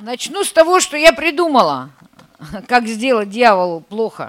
Начну с того, что я придумала, как сделать дьяволу плохо.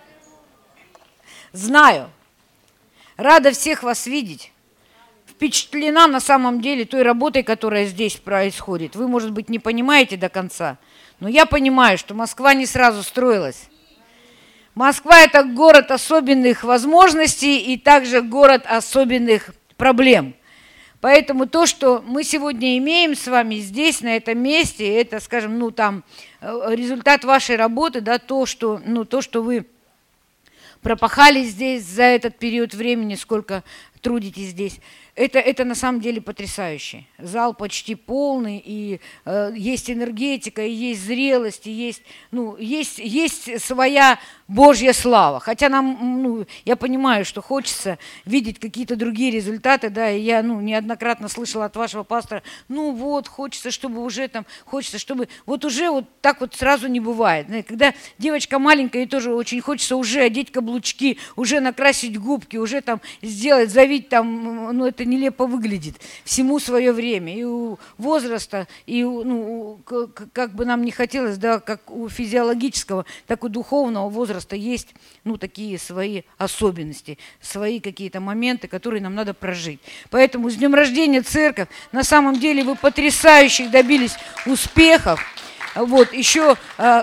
Знаю. Рада всех вас видеть. Впечатлена на самом деле той работой, которая здесь происходит. Вы, может быть, не понимаете до конца, но я понимаю, что Москва не сразу строилась. Москва – это город особенных возможностей и также город особенных проблем. Поэтому то, что мы сегодня имеем с вами здесь, на этом месте, это, скажем, результат вашей работы, да, то, что вы пропахали здесь за этот период времени, сколько трудитесь здесь. Это на самом деле потрясающе. Зал почти полный, и есть энергетика, и есть зрелость, и есть своя Божья слава. Хотя я понимаю, что хочется видеть какие-то другие результаты, да, и я неоднократно слышала от вашего пастора, хочется, чтобы уже вот так вот сразу не бывает. Когда девочка маленькая, ей тоже очень хочется уже одеть каблучки, уже накрасить губки, уже там сделать, завить там, это нелепо выглядит. Всему свое время. И у возраста, и как бы нам не хотелось, да, как у физиологического, так и у духовного возраста есть, такие свои особенности, свои какие-то моменты, которые нам надо прожить. Поэтому с днем рождения, церковь! На самом деле вы потрясающих добились успехов. Вот, еще...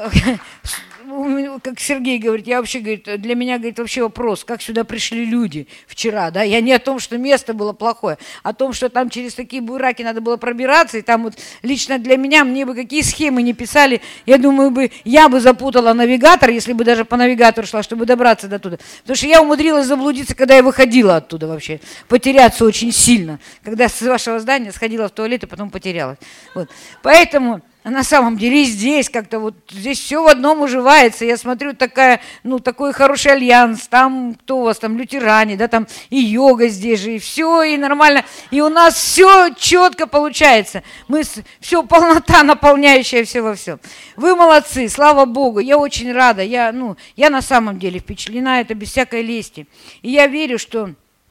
Как Сергей говорит, для меня, вообще вопрос, как сюда пришли люди вчера, да, я не о том, что место было плохое, о том, что там через такие бураки надо было пробираться, и там вот лично для меня, мне бы какие схемы не писали, я думаю, я бы запутала навигатор, если бы даже по навигатору шла, чтобы добраться до туда, потому что я умудрилась заблудиться, когда я выходила оттуда вообще, потеряться очень сильно, когда с вашего здания сходила в туалет и потом потерялась, вот, поэтому... На самом деле здесь как-то здесь все в одном уживается. Я смотрю, такой хороший альянс. Там кто у вас там, лютеране, да, там и йога здесь же, и все, и нормально. И у нас все четко получается. Все полнота, наполняющая все во всем. Вы молодцы, слава Богу. Я очень рада. Я на самом деле впечатлена, это без всякой лести. И я верю, что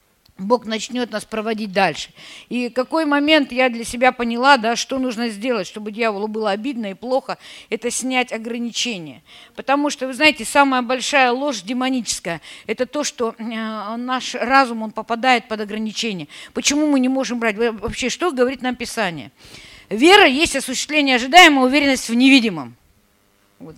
Бог начнет нас проводить дальше. И какой момент я для себя поняла, да, что нужно сделать, чтобы дьяволу было обидно и плохо, это снять ограничения. Потому что, вы знаете, самая большая ложь демоническая, это то, что наш разум, он попадает под ограничения. Почему мы не можем брать? Вообще, что говорит нам Писание? Вера есть осуществление ожидаемого, уверенность в невидимом. Вот.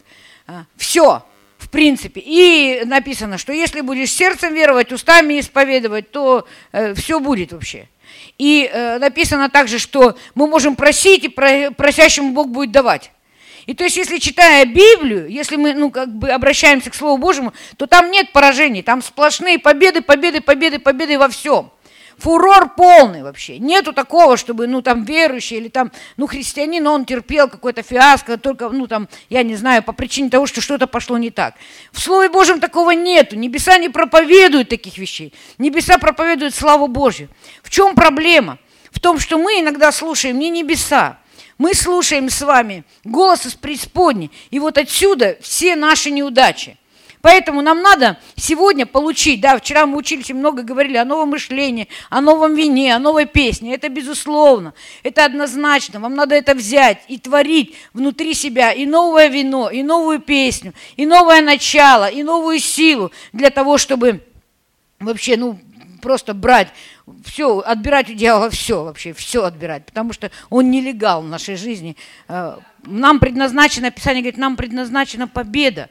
Все. В принципе. И написано, что если будешь сердцем веровать, устами исповедовать, то все будет вообще. И написано также, что мы можем просить, и просящему Бог будет давать. И то есть, если читая Библию, если мы обращаемся к Слову Божьему, то там нет поражений, там сплошные победы, победы, победы, победы во всем. Фурор полный вообще. Нету такого, чтобы, верующий или христианин, он терпел какое-то фиаско, только, я не знаю, по причине того, что что-то пошло не так. В Слове Божьем такого нету. Небеса не проповедуют таких вещей. Небеса проповедуют славу Божью. В чем проблема? В том, что мы иногда слушаем не небеса. Мы слушаем с вами голос из преисподней. И вот отсюда все наши неудачи. Поэтому нам надо сегодня получить, да, вчера мы учились и много говорили о новом мышлении, о новом вине, о новой песне. Это безусловно, это однозначно. Вам надо это взять и творить внутри себя и новое вино, и новую песню, и новое начало, и новую силу для того, чтобы вообще, просто брать все, отбирать у дьявола все вообще, все отбирать, потому что он нелегал в нашей жизни. Нам предназначено, Писание говорит, нам предназначена победа.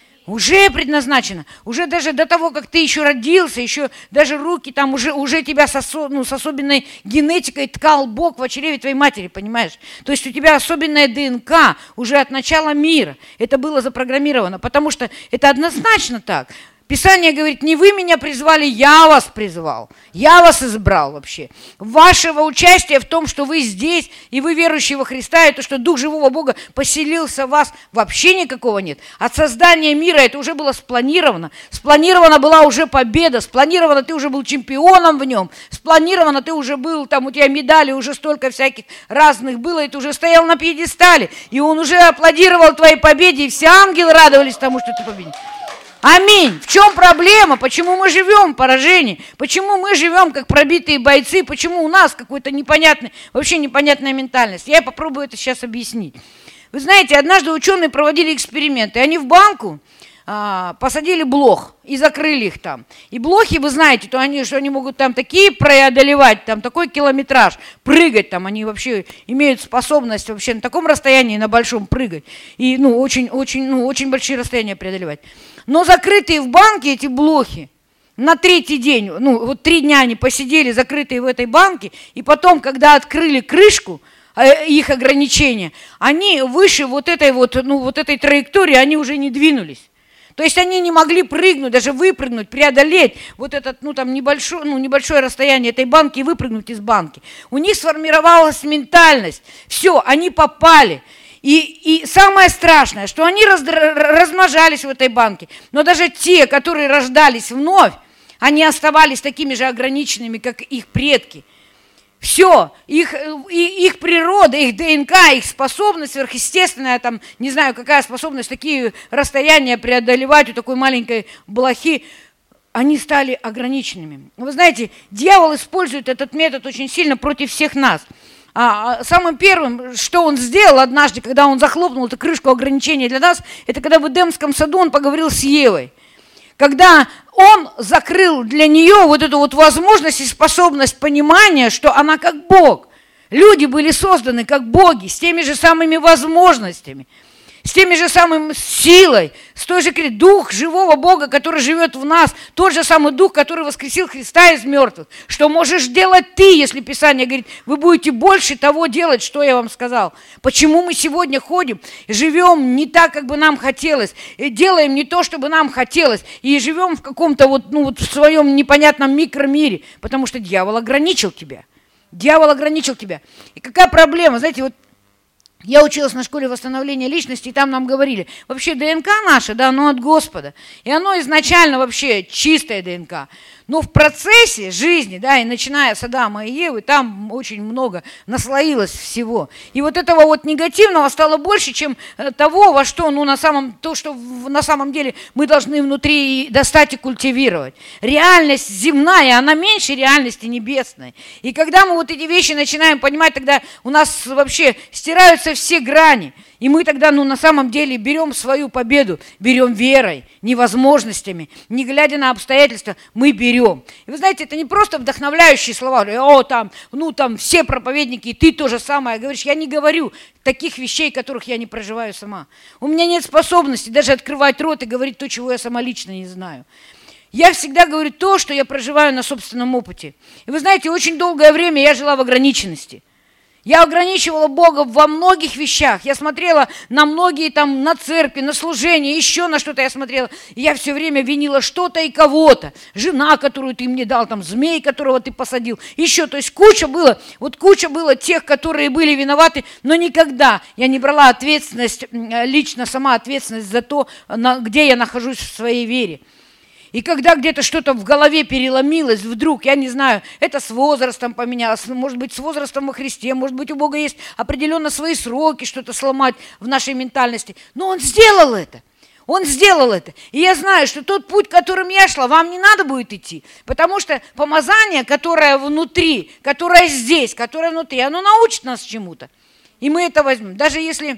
Уже предназначено, уже даже до того, как ты еще родился, еще даже руки там уже тебя с особенной генетикой ткал Бог в чреве твоей матери, понимаешь? То есть у тебя особенная ДНК уже от начала мира, это было запрограммировано, потому что это однозначно так. Писание говорит, не вы меня призвали, я вас призвал, я вас избрал вообще. Вашего участия в том, что вы здесь, и вы верующие во Христа, и то, что Дух живого Бога поселился в вас, вообще никакого нет. От создания мира это уже было спланировано. Спланирована была уже победа, спланировано, ты уже был чемпионом в нем, спланировано, ты уже был, там у тебя медали, уже столько всяких разных было, и ты уже стоял на пьедестале, и он уже аплодировал твоей победе, и все ангелы радовались тому, что ты победил. Аминь. В чем проблема? Почему мы живем в поражении? Почему мы живем как пробитые бойцы? Почему у нас какой-то вообще непонятная ментальность? Я попробую это сейчас объяснить. Вы знаете, однажды ученые проводили эксперименты. Они в банку посадили блох и закрыли их там. И блохи, вы знаете, что они могут там такие преодолевать, там такой километраж, прыгать там, они вообще имеют способность вообще на таком расстоянии, на большом прыгать. И очень большие расстояния преодолевать. Но закрытые в банке эти блохи, на третий день, 3 дня они посидели закрытые в этой банке, и потом, когда открыли крышку, их ограничения, они выше этой траектории, они уже не двинулись. То есть они не могли прыгнуть, даже выпрыгнуть, преодолеть вот это небольшое расстояние этой банки и выпрыгнуть из банки. У них сформировалась ментальность. Все, они попали. И самое страшное, что они размножались в этой банке. Но даже те, которые рождались вновь, они оставались такими же ограниченными, как их предки. Все, их природа, их ДНК, их способность сверхъестественная, там, не знаю, какая способность такие расстояния преодолевать у такой маленькой блохи, они стали ограниченными. Вы знаете, дьявол использует этот метод очень сильно против всех нас. Самым первым, что он сделал однажды, когда он захлопнул эту крышку ограничений для нас, это когда в Эдемском саду он поговорил с Евой. Когда он закрыл для нее вот эту вот возможность и способность понимания, что она как Бог. Люди были созданы как боги, с теми же самыми возможностями, с теми же самой силой, с той же дух живого Бога, который живет в нас, тот же самый дух, который воскресил Христа из мертвых. Что можешь делать ты, если Писание говорит, вы будете больше того делать, что я вам сказал. Почему мы сегодня ходим, живем не так, как бы нам хотелось, и делаем не то, чтобы нам хотелось, и живем в каком-то в своем непонятном микромире, потому что дьявол ограничил тебя. Дьявол ограничил тебя. И какая проблема? Знаете, я училась на школе восстановления личности, и там нам говорили, вообще ДНК наша, да, оно от Господа. И оно изначально вообще чистая ДНК. Но в процессе жизни, да, и начиная с Адама и Евы, там очень много наслоилось всего. И вот этого вот негативного стало больше, чем того, во что, что на самом деле мы должны внутри достать и культивировать. Реальность земная, она меньше реальности небесной. И когда мы вот эти вещи начинаем понимать, тогда у нас вообще стираются все грани. И мы тогда, на самом деле, берем свою победу, берем верой, не возможностями, не глядя на обстоятельства, мы берем. И вы знаете, это не просто вдохновляющие слова, все проповедники, и ты то же самое говоришь. Я не говорю таких вещей, которых я не проживаю сама. У меня нет способности даже открывать рот и говорить то, чего я сама лично не знаю. Я всегда говорю то, что я проживаю на собственном опыте. И вы знаете, очень долгое время я жила в ограниченности. Я ограничивала Бога во многих вещах. Я смотрела на многие на церкви, на служение, еще на что-то я смотрела. И я все время винила что-то и кого-то. Жена, которую ты мне дал, змей, которого ты посадил. Еще, то есть куча было тех, которые были виноваты, но никогда я не брала ответственность, лично сама ответственность за то, где я нахожусь в своей вере. И когда где-то что-то в голове переломилось вдруг, я не знаю, это с возрастом поменялось, может быть, с возрастом во Христе, может быть, у Бога есть определенно свои сроки что-то сломать в нашей ментальности. Но Он сделал это. Он сделал это. И я знаю, что тот путь, которым я шла, вам не надо будет идти. Потому что помазание, которое внутри, которое здесь, которое внутри, оно научит нас чему-то. И мы это возьмем. Даже если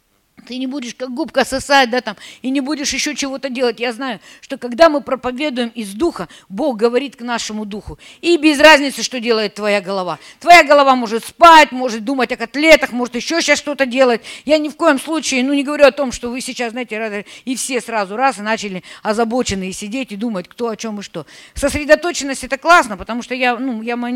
ты не будешь как губка сосать, и не будешь еще чего-то делать. Я знаю, что когда мы проповедуем из духа, Бог говорит к нашему духу. И без разницы, что делает твоя голова. Твоя голова может спать, может думать о котлетах, может еще сейчас что-то делать. Я ни в коем случае, не говорю о том, что вы сейчас, знаете, и все сразу раз и начали озабоченные сидеть и думать, кто о чем и что. Сосредоточенность – это классно, потому что я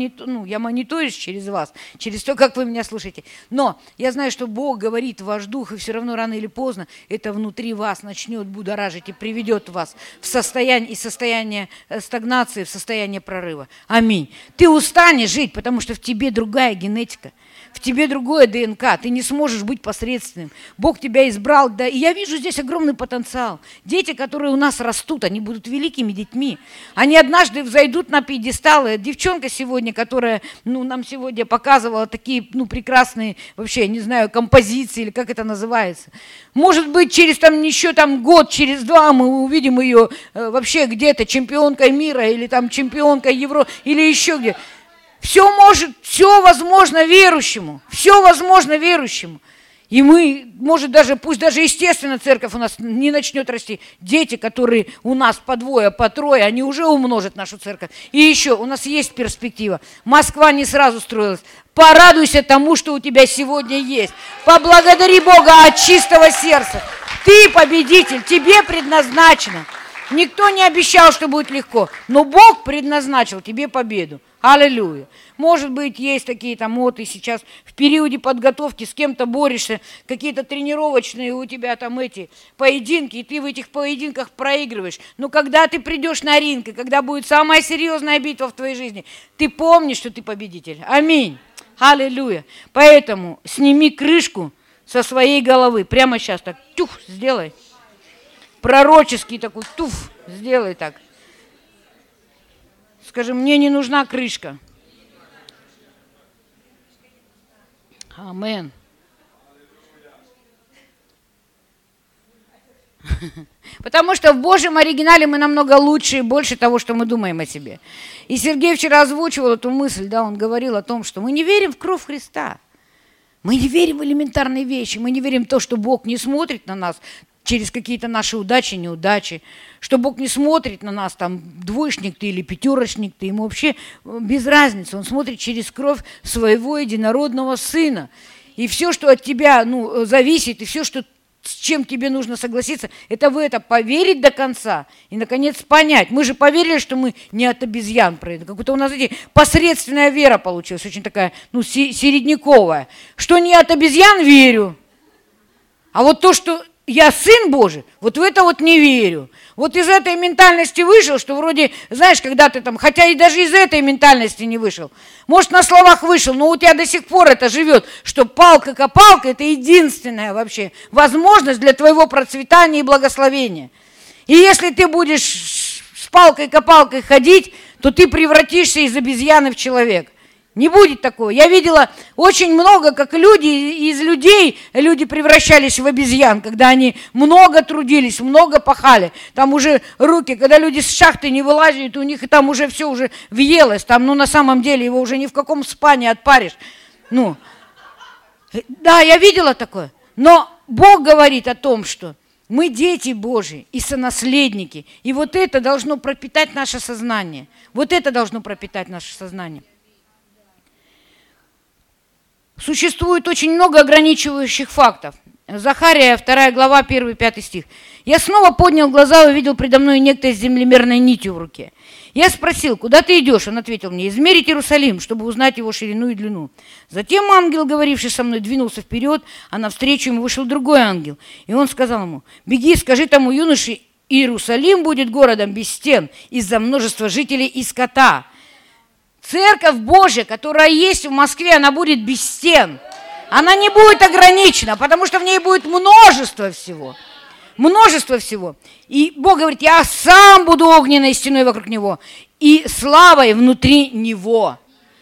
мониторюсь через вас, через то, как вы меня слушаете. Но я знаю, что Бог говорит в ваш дух, и все равно рано или поздно это внутри вас начнет будоражить и приведет вас в состояние стагнации, в состояние прорыва. Аминь. Ты устанешь жить, потому что в тебе другая генетика, в тебе другое ДНК, ты не сможешь быть посредственным. Бог тебя избрал, да, и я вижу здесь огромный потенциал. Дети, которые у нас растут, они будут великими детьми. Они однажды взойдут на пьедесталы. Девчонка сегодня, которая нам сегодня показывала такие прекрасные, вообще, не знаю, композиции, или как это называется. Может быть, через еще год, через 2 мы увидим ее вообще где-то чемпионкой мира, или чемпионкой Европы, или еще где. Все возможно верующему. Все возможно верующему. И мы, может даже, пусть даже естественно церковь у нас не начнет расти, дети, которые у нас по двое, по трое, они уже умножат нашу церковь. И еще, у нас есть перспектива. Москва не сразу строилась. Порадуйся тому, что у тебя сегодня есть. Поблагодари Бога от чистого сердца. Ты победитель, тебе предназначено. Никто не обещал, что будет легко, но Бог предназначил тебе победу. Аллилуйя. Может быть, есть такие там, вот ты сейчас в периоде подготовки с кем-то борешься, какие-то тренировочные у тебя там эти поединки, и ты в этих поединках проигрываешь. Но когда ты придешь на ринг, и когда будет самая серьезная битва в твоей жизни, ты помнишь, что ты победитель. Аминь. Аллилуйя. Поэтому сними крышку со своей головы. Прямо сейчас так, тюх, сделай. Пророческий такой, туф, сделай так. Скажи, мне не нужна крышка. Амен. Потому что в Божьем оригинале мы намного лучше и больше того, что мы думаем о себе. И Сергей вчера озвучивал эту мысль, да, он говорил о том, что мы не верим в кровь Христа. Мы не верим в элементарные вещи, мы не верим в то, что Бог не смотрит на нас через какие-то наши удачи, неудачи, что Бог не смотрит на нас, там, двоечник ты или пятерочник ты, ему вообще без разницы, он смотрит через кровь своего единородного Сына. И все, что от тебя, зависит, и все, что с чем тебе нужно согласиться, это в это поверить до конца и, наконец, понять. Мы же поверили, что мы не от обезьян пройдем. Как-то у нас, посредственная вера получилась, очень такая, середняковая. Что не от обезьян верю, а вот то, что я сын Божий, вот в это вот не верю. Вот из этой ментальности вышел, что вроде, знаешь, когда ты там, хотя и даже из этой ментальности не вышел, может, на словах вышел, но у тебя до сих пор это живет, что палка-копалка – это единственная вообще возможность для твоего процветания и благословения. И если ты будешь с палкой-копалкой ходить, то ты превратишься из обезьяны в человека. Не будет такого. Я видела очень много, как из людей люди превращались в обезьян, когда они много трудились, много пахали. Там уже руки, когда люди с шахты не вылазят, у них там уже все уже въелось. Там, на самом деле его уже ни в каком спа не отпаришь. Да, я видела такое. Но Бог говорит о том, что мы дети Божьи и сонаследники. И вот это должно пропитать наше сознание. Вот это должно пропитать наше сознание. Существует очень много ограничивающих фактов. Захария, 2 глава, 1-5 стих. «Я снова поднял глаза и увидел предо мной некто с землемерной нитью в руке. Я спросил, куда ты идешь? Он ответил мне, измерить Иерусалим, чтобы узнать его ширину и длину. Затем ангел, говоривший со мной, двинулся вперед, а навстречу ему вышел другой ангел. И он сказал ему, беги, скажи тому юноше, Иерусалим будет городом без стен из-за множества жителей и скота». Церковь Божья, которая есть в Москве, она будет без стен. Она не будет ограничена, потому что в ней будет множество всего. Множество всего. И Бог говорит, я сам буду огненной стеной вокруг него и славой внутри него.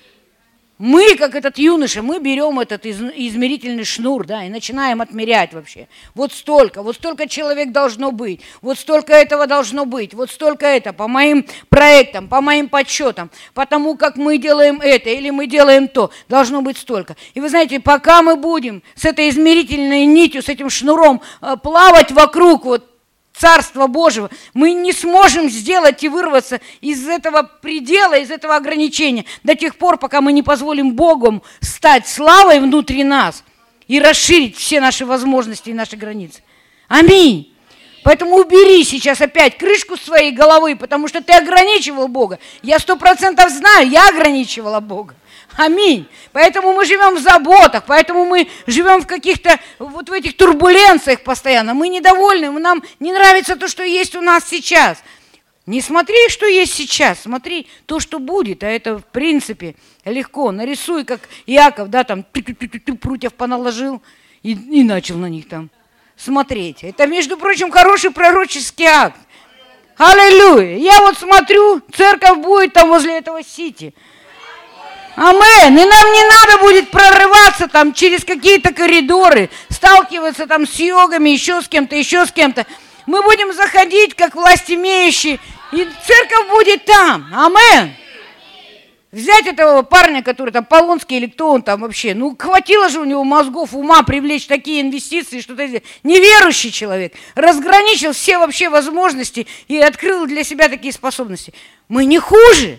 Мы, как этот юноша, мы берем этот измерительный шнур, да, и начинаем отмерять вообще. Вот столько человек должно быть, вот столько этого должно быть, вот столько это по моим проектам, по моим подсчетам, потому как мы делаем это или мы делаем то, должно быть столько. И вы знаете, пока мы будем с этой измерительной нитью, с этим шнуром плавать вокруг вот Царства Божьего, мы не сможем сделать и вырваться из этого предела, из этого ограничения до тех пор, пока мы не позволим Богу стать славой внутри нас и расширить все наши возможности и наши границы. Аминь. Поэтому убери сейчас опять крышку своей головы, потому что ты ограничивал Бога. Я 100% знаю, я ограничивала Бога. Аминь. Поэтому мы живем в заботах, поэтому мы живем в каких-то вот в этих турбуленциях постоянно. Мы недовольны, нам не нравится то, что есть у нас сейчас. Не смотри, что есть сейчас, смотри то, что будет. А это, в принципе, легко. Нарисуй, как Иаков, да, там прутьев поналожил и начал на них там смотреть. Это, между прочим, хороший пророческий акт. Аллилуйя. Я вот смотрю, церковь будет там возле этого сити. Амен. И нам не надо будет прорываться там через какие-то коридоры, сталкиваться там с йогами, еще с кем-то. Мы будем заходить, как власть имеющие, и церковь будет там. Амен. Взять этого парня, который там Полонский или кто он там вообще, ну хватило же у него мозгов, ума привлечь такие инвестиции, что-то неверующий человек, разграничил все вообще возможности и открыл для себя такие способности. Мы не хуже,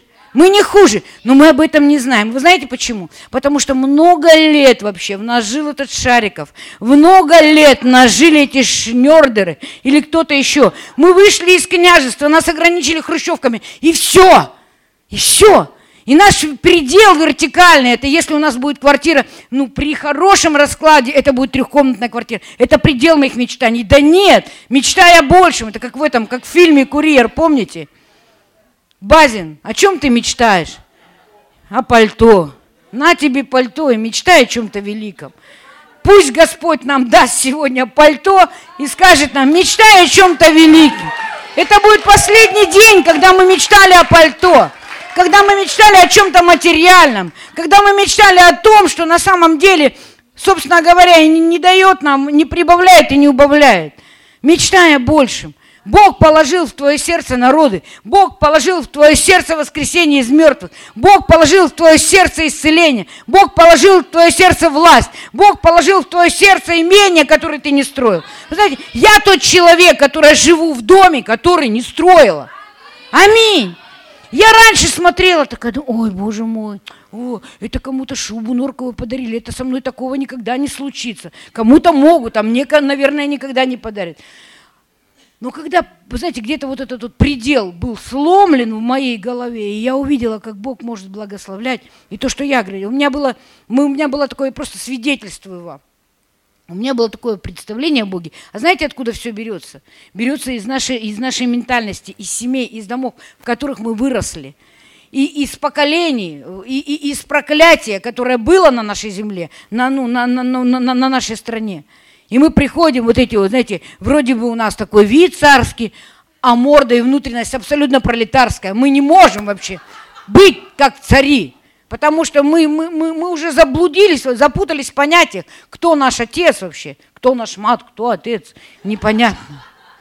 но мы об этом не знаем. Вы знаете почему? Потому что много лет вообще в нас жил этот Шариков, много лет в нас жили эти шнёрдеры или кто-то еще. Мы вышли из княжества, нас ограничили хрущевками, и все, и все. И наш предел вертикальный, это если у нас будет квартира, ну, при хорошем раскладе, это будет трехкомнатная квартира. Это предел моих мечтаний. Да нет, мечтай о большем. Это как в этом, как в фильме «Курьер», помните? Базин, о чем ты мечтаешь? О пальто. На тебе пальто и мечтай о чем-то великом. Пусть Господь нам даст сегодня пальто и скажет нам, мечтай о чем-то великом. Это будет последний день, когда мы мечтали о пальто. Когда мы мечтали о чем-то материальном, когда мы мечтали о том, что на самом деле, собственно говоря, и не дает нам, не прибавляет и не убавляет. Мечтай о большем. Бог положил в твое сердце народы, Бог положил в твое сердце воскресение из мертвых, Бог положил в твое сердце исцеление, Бог положил в твое сердце власть, Бог положил в твое сердце имение, которое ты не строил. Вы знаете, я тот человек, который живу в доме, который не строила. Аминь. Я раньше смотрела, такая, ой, боже мой, это кому-то шубу норковую подарили, это со мной такого никогда не случится. Кому-то могут, а мне, наверное, никогда не подарят. Но когда, вы знаете, где-то вот этот вот предел был сломлен в моей голове, и я увидела, как Бог может благословлять, и то, что я говорила, у меня было такое просто свидетельство вам. У меня было такое представление о Боге. А знаете, откуда все берется? Берется из нашей ментальности, из семей, из домов, в которых мы выросли. И из поколений, и из проклятия, которое было на нашей земле, на нашей стране. И мы приходим, вот эти вот, знаете, вроде бы у нас такой вид царский, а морда и внутренность абсолютно пролетарская. Мы не можем вообще быть как цари. Потому что мы уже заблудились, запутались в понятиях, кто наш отец вообще, кто наш мат, кто отец, непонятно.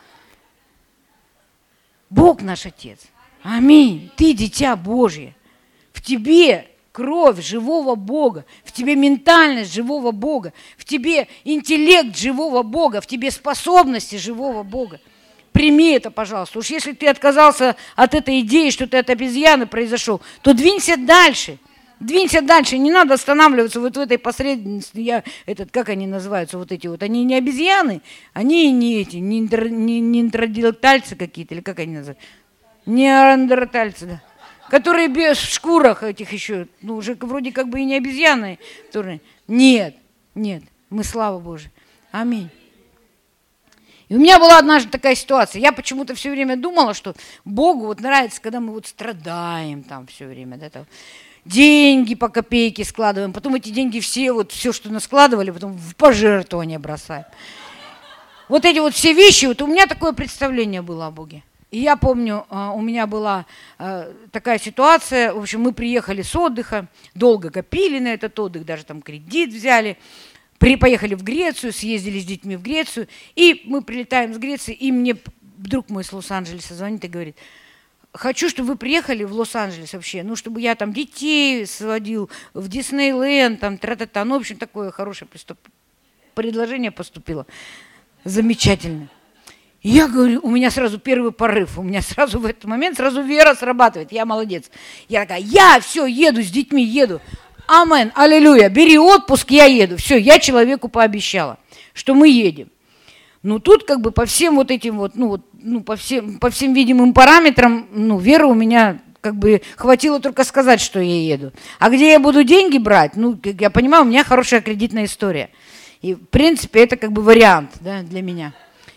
Бог наш отец. Аминь. Ты дитя Божье. В тебе кровь живого Бога, в тебе ментальность живого Бога, в тебе интеллект живого Бога, в тебе способности живого Бога. Прими это, пожалуйста. Уж если ты отказался от этой идеи, что ты от обезьяны произошел, то двинься дальше. Двинься дальше, не надо останавливаться вот в этой посредственности, как они называются, вот эти вот, они не обезьяны, они не эти, не неандертальцы какие-то, или как они называются, неандертальцы, да, которые без в шкурах этих еще, ну уже вроде как бы и не обезьяны, которые, нет, мы слава Божия, аминь. И у меня была однажды такая ситуация, я почему-то все время думала, что Богу вот нравится, когда мы вот страдаем там все время, да, там, деньги по копейке складываем, потом эти деньги все, что наскладывали, потом в пожертвования бросаем. Вот эти вот все вещи, вот у меня такое представление было о Боге. И я помню, у меня была такая ситуация, в общем, мы приехали с отдыха, долго копили на этот отдых, даже там кредит взяли, поехали в Грецию, съездили с детьми в Грецию, и мы прилетаем с Греции, и мне друг мой с Лос-Анджелеса звонит и говорит: хочу, чтобы вы приехали в Лос-Анджелес вообще, ну, чтобы я там детей сводил в Диснейленд, там, тра-та-та. Ну, в общем, такое хорошее предложение поступило. Замечательно. И я говорю, у меня сразу первый порыв, у меня сразу в этот момент сразу вера срабатывает, я молодец. Я такая, я все, еду с детьми, еду. Амен, аллилуйя, бери отпуск, я еду. Все, я человеку пообещала, что мы едем. Ну, тут как бы по всем вот этим вот, по всем видимым параметрам, веры у меня как бы хватило только сказать, что я еду. А где я буду деньги брать? Ну, как я понимаю, у меня хорошая кредитная история. И, в принципе, это как бы вариант, да, для меня.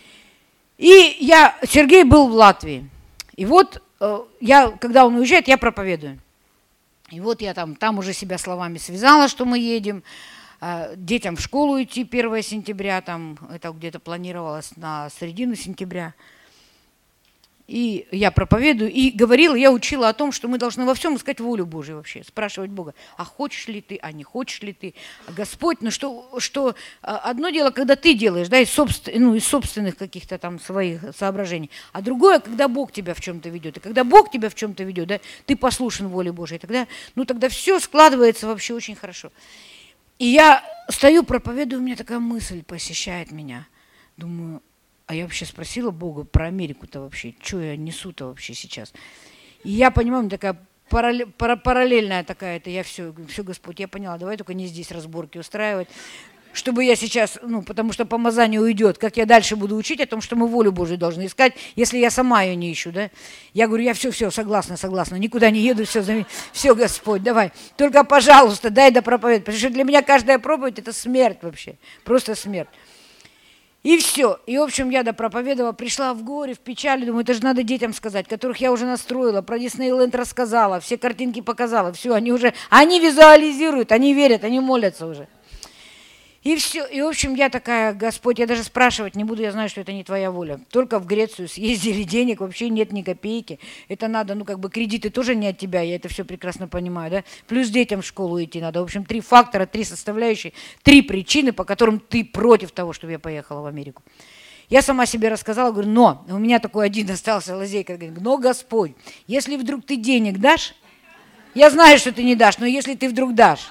И Сергей был в Латвии. И вот когда он уезжает, я проповедую. И вот я там уже себя словами связала, что мы едем. Детям в школу идти 1 сентября, там это где-то планировалось на середину сентября. И я проповедую, и говорила, я учила о том, что мы должны во всем искать волю Божию вообще, спрашивать Бога, а хочешь ли ты, а не хочешь ли ты, а Господь, ну что одно дело, когда ты делаешь, да, из собственных каких-то там своих соображений, а другое, когда Бог тебя в чем-то ведет, и когда Бог тебя в чем-то ведет, да, ты послушен воле Божией, тогда все складывается вообще очень хорошо. И я стою, проповедую, у меня такая мысль посещает меня, думаю, а я вообще спросила Бога про Америку-то вообще, что я несу-то вообще сейчас. И я понимаю, такая параллельная такая-то, я все, Господь, я поняла, давай только не здесь разборки устраивать, чтобы я сейчас, потому что помазание уйдет, как я дальше буду учить о том, что мы волю Божию должны искать, если я сама ее не ищу, да. Я говорю, я все, согласна, никуда не еду, все, Господь, давай, только, пожалуйста, дай допроповедовать, потому что для меня каждая проповедь – это смерть вообще, просто смерть. И все. И, в общем, я допроповедовала, пришла в горе, в печали, думаю, это же надо детям сказать, которых я уже настроила, про Диснейленд рассказала, все картинки показала, все, они визуализируют, они верят, они молятся уже. И все. И, в общем, я такая, Господь, я даже спрашивать не буду, я знаю, что это не твоя воля. Только в Грецию съездили, денег вообще нет ни копейки. Это надо, кредиты тоже не от тебя, я это все прекрасно понимаю, да. Плюс детям в школу идти надо. В общем, 3 фактора, 3 составляющие, 3 причины, по которым ты против того, чтобы я поехала в Америку. Я сама себе рассказала, говорю, но, у меня такой один остался лазейка, говорит, но, Господь, если вдруг ты денег дашь, я знаю, что ты не дашь, но если ты вдруг дашь,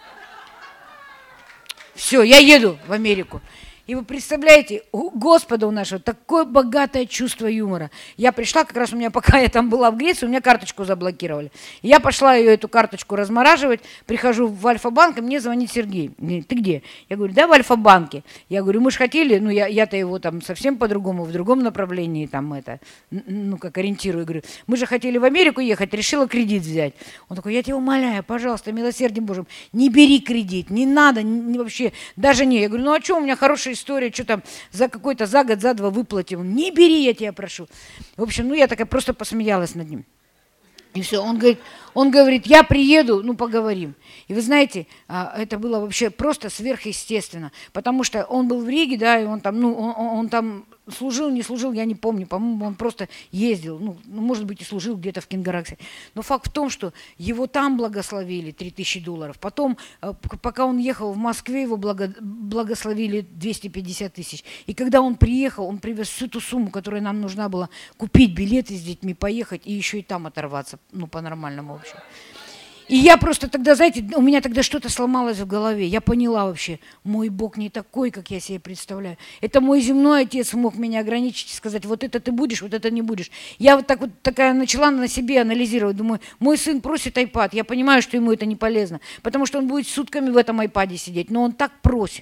все, я еду в Америку. И вы представляете, у Господа у нашего такое богатое чувство юмора. Я пришла, как раз пока я там была в Греции, у меня карточку заблокировали. И я пошла эту карточку размораживать, прихожу в Альфа-банк, и мне звонит Сергей. Говорит, ты где? Я говорю, да, в Альфа-банке. Я говорю, мы же хотели, я-то его там совсем по-другому, в другом направлении, как ориентирую. Говорю, мы же хотели в Америку ехать, решила кредит взять. Он такой, я тебя умоляю, пожалуйста, милосердием Божьим, не бери кредит, не надо, вообще, даже не. Я говорю, а что, у меня хорошая история, что там за год, за 2 выплатил. Не бери, я тебя прошу. В общем, я такая просто посмеялась над ним. И все, он говорит, я приеду, поговорим. И вы знаете, это было вообще просто сверхъестественно, потому что он был в Риге, да, и он там служил, не служил, я не помню, по-моему, он просто ездил, может быть, и служил где-то в Кингараксе. Но факт в том, что его там благословили $3000, потом, пока он ехал в Москве, его благословили 250 000. И когда он приехал, он привез всю ту сумму, которая нам нужна была, купить билеты с детьми, поехать и еще и там оторваться, по-нормальному вообще. И я просто тогда, знаете, у меня тогда что-то сломалось в голове. Я поняла вообще, мой Бог не такой, как я себе представляю. Это мой земной отец мог меня ограничить и сказать, вот это ты будешь, вот это не будешь. Я такая начала на себе анализировать. Думаю, мой сын просит iPad, я понимаю, что ему это не полезно, потому что он будет сутками в этом iPad сидеть, но он так просит.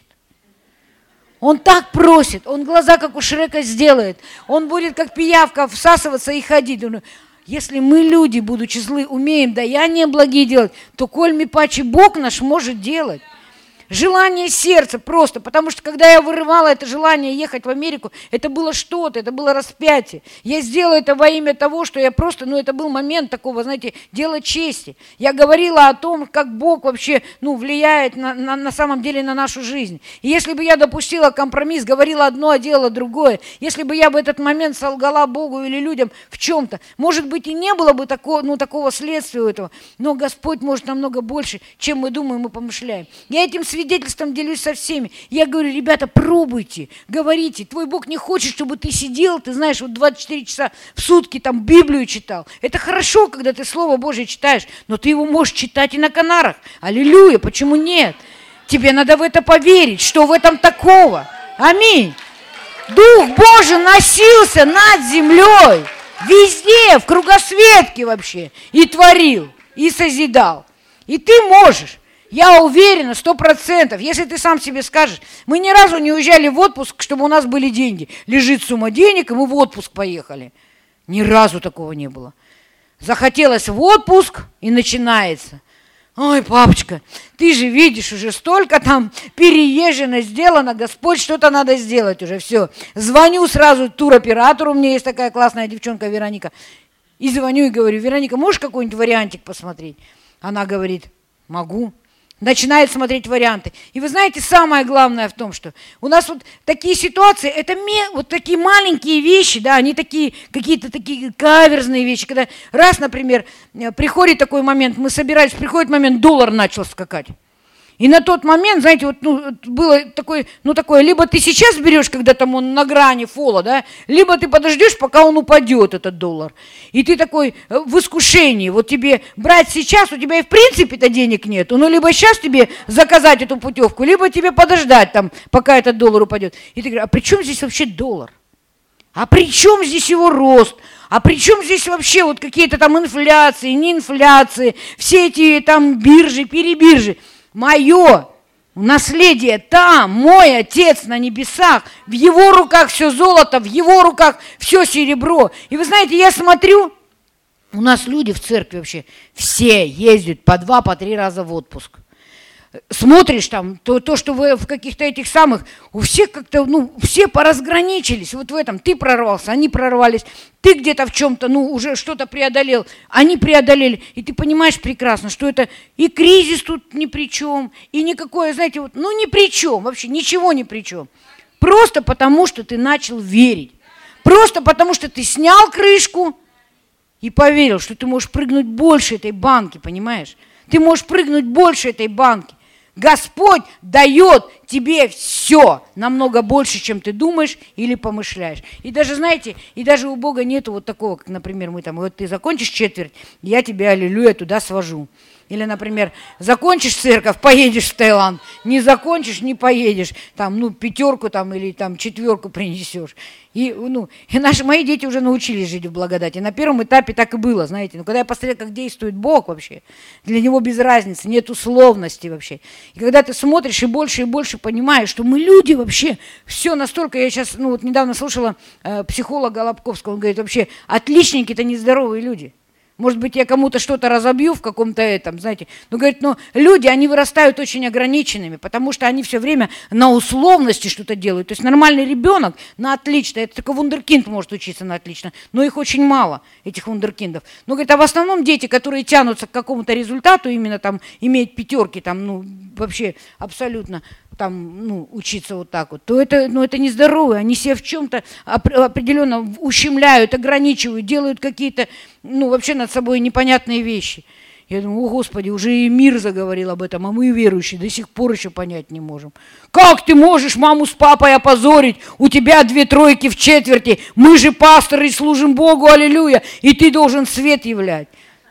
Он так просит, он глаза, как у Шрека, сделает. Он будет, как пиявка, всасываться и ходить. Если мы, люди, будучи злы, умеем даяния благие делать, то коль ми паче Бог наш может делать. Желание сердца просто, потому что когда я вырывала это желание ехать в Америку, это было что-то, это было распятие. Я сделала это во имя того, что я просто, это был момент такого, знаете, дела чести. Я говорила о том, как Бог вообще, влияет на самом деле на нашу жизнь. И если бы я допустила компромисс, говорила одно, а делала другое, если бы я в этот момент солгала Богу или людям в чем-то, может быть, и не было бы такого следствия у этого, но Господь может намного больше, чем мы думаем и помышляем. Я этим свидетельством делюсь со всеми. Я говорю, ребята, пробуйте, говорите. Твой Бог не хочет, чтобы ты сидел, ты знаешь, 24 часа в сутки там Библию читал. Это хорошо, когда ты Слово Божие читаешь, но ты его можешь читать и на Канарах. Аллилуйя, почему нет? Тебе надо в это поверить, что в этом такого. Аминь. Дух Божий носился над землей, везде, в кругосветке вообще, и творил, и созидал. И ты можешь. Я уверена, 100%, если ты сам себе скажешь, мы ни разу не уезжали в отпуск, чтобы у нас были деньги. Лежит сумма денег, и мы в отпуск поехали. Ни разу такого не было. Захотелось в отпуск, и начинается. Ой, папочка, ты же видишь, уже столько там переезжено, сделано, Господь, что-то надо сделать уже, все. Звоню сразу туроператору, у меня есть такая классная девчонка Вероника, и звоню и говорю, Вероника, можешь какой-нибудь вариантик посмотреть? Она говорит, могу. начинает смотреть варианты. И вы знаете, самое главное в том, что у нас вот такие ситуации, это вот такие маленькие вещи, да, они такие, какие-то такие каверзные вещи, когда раз, например, приходит такой момент, мы собирались, приходит момент, доллар начал скакать. И на тот момент, знаете, вот, было такое, либо ты сейчас берешь, когда там он на грани фола, да, либо ты подождешь, пока он упадет, этот доллар. И ты такой в искушении, вот тебе брать сейчас, у тебя и в принципе-то денег нет, ну, либо сейчас тебе заказать эту путевку, либо тебе подождать там, пока этот доллар упадет. И ты говоришь, а при чем здесь вообще доллар? А при чем здесь его рост? А при чем здесь вообще вот какие-то там инфляции, не инфляции, все эти там биржи, перебиржи? Мое наследие там, мой Отец на небесах, в Его руках все золото, в Его руках все серебро. И вы знаете, я смотрю, у нас люди в церкви вообще все ездят по 2, по 3 раза в отпуск. Смотришь там, то, что вы в каких-то этих самых, у всех как-то, все поразграничились вот в этом. Ты прорвался, они прорвались, ты где-то в чем-то, уже что-то преодолел, они преодолели. И ты понимаешь прекрасно, что это и кризис тут ни при чем, и никакое, знаете, вот, ни при чем, вообще ничего ни при чем. Просто потому, что ты начал верить. Просто потому, что ты снял крышку и поверил, что ты можешь прыгнуть больше этой банки, понимаешь? Ты можешь прыгнуть больше этой банки. Господь дает тебе все намного больше, чем ты думаешь или помышляешь. И даже, знаете, даже у Бога нету вот такого, как, например, мы там, вот ты закончишь четверть, я тебя, аллилуйя, туда свожу. Или, например, закончишь церковь, поедешь в Таиланд, не закончишь, не поедешь, там, 5 там, или там 4 принесешь. И мои дети уже научились жить в благодати. На первом этапе так и было, знаете. Но когда я посмотрела, как действует Бог вообще, для Него без разницы, нет условности вообще. И когда ты смотришь и больше понимаешь, что мы люди вообще, все настолько, я сейчас, недавно слушала психолога Лобковского, он говорит, вообще, отличники-то нездоровые люди. Может быть, я кому-то что-то разобью в каком-то этом, знаете. Говорит, люди, они вырастают очень ограниченными, потому что они все время на условности что-то делают. То есть нормальный ребенок на отлично, это только вундеркинд может учиться на отлично, но их очень мало, этих вундеркиндов. Но, говорит, а в основном дети, которые тянутся к какому-то результату, именно там имеют 5, там, вообще абсолютно там, учиться вот так вот, то это нездоровые, они себя в чем-то определенно ущемляют, ограничивают, делают какие-то, вообще над собой непонятные вещи. Я думаю, о Господи, уже и мир заговорил об этом, а мы, верующие, до сих пор еще понять не можем. Как ты можешь маму с папой опозорить? У тебя 2 тройки в четверти, мы же пасторы и служим Богу, аллилуйя, и ты должен свет являть.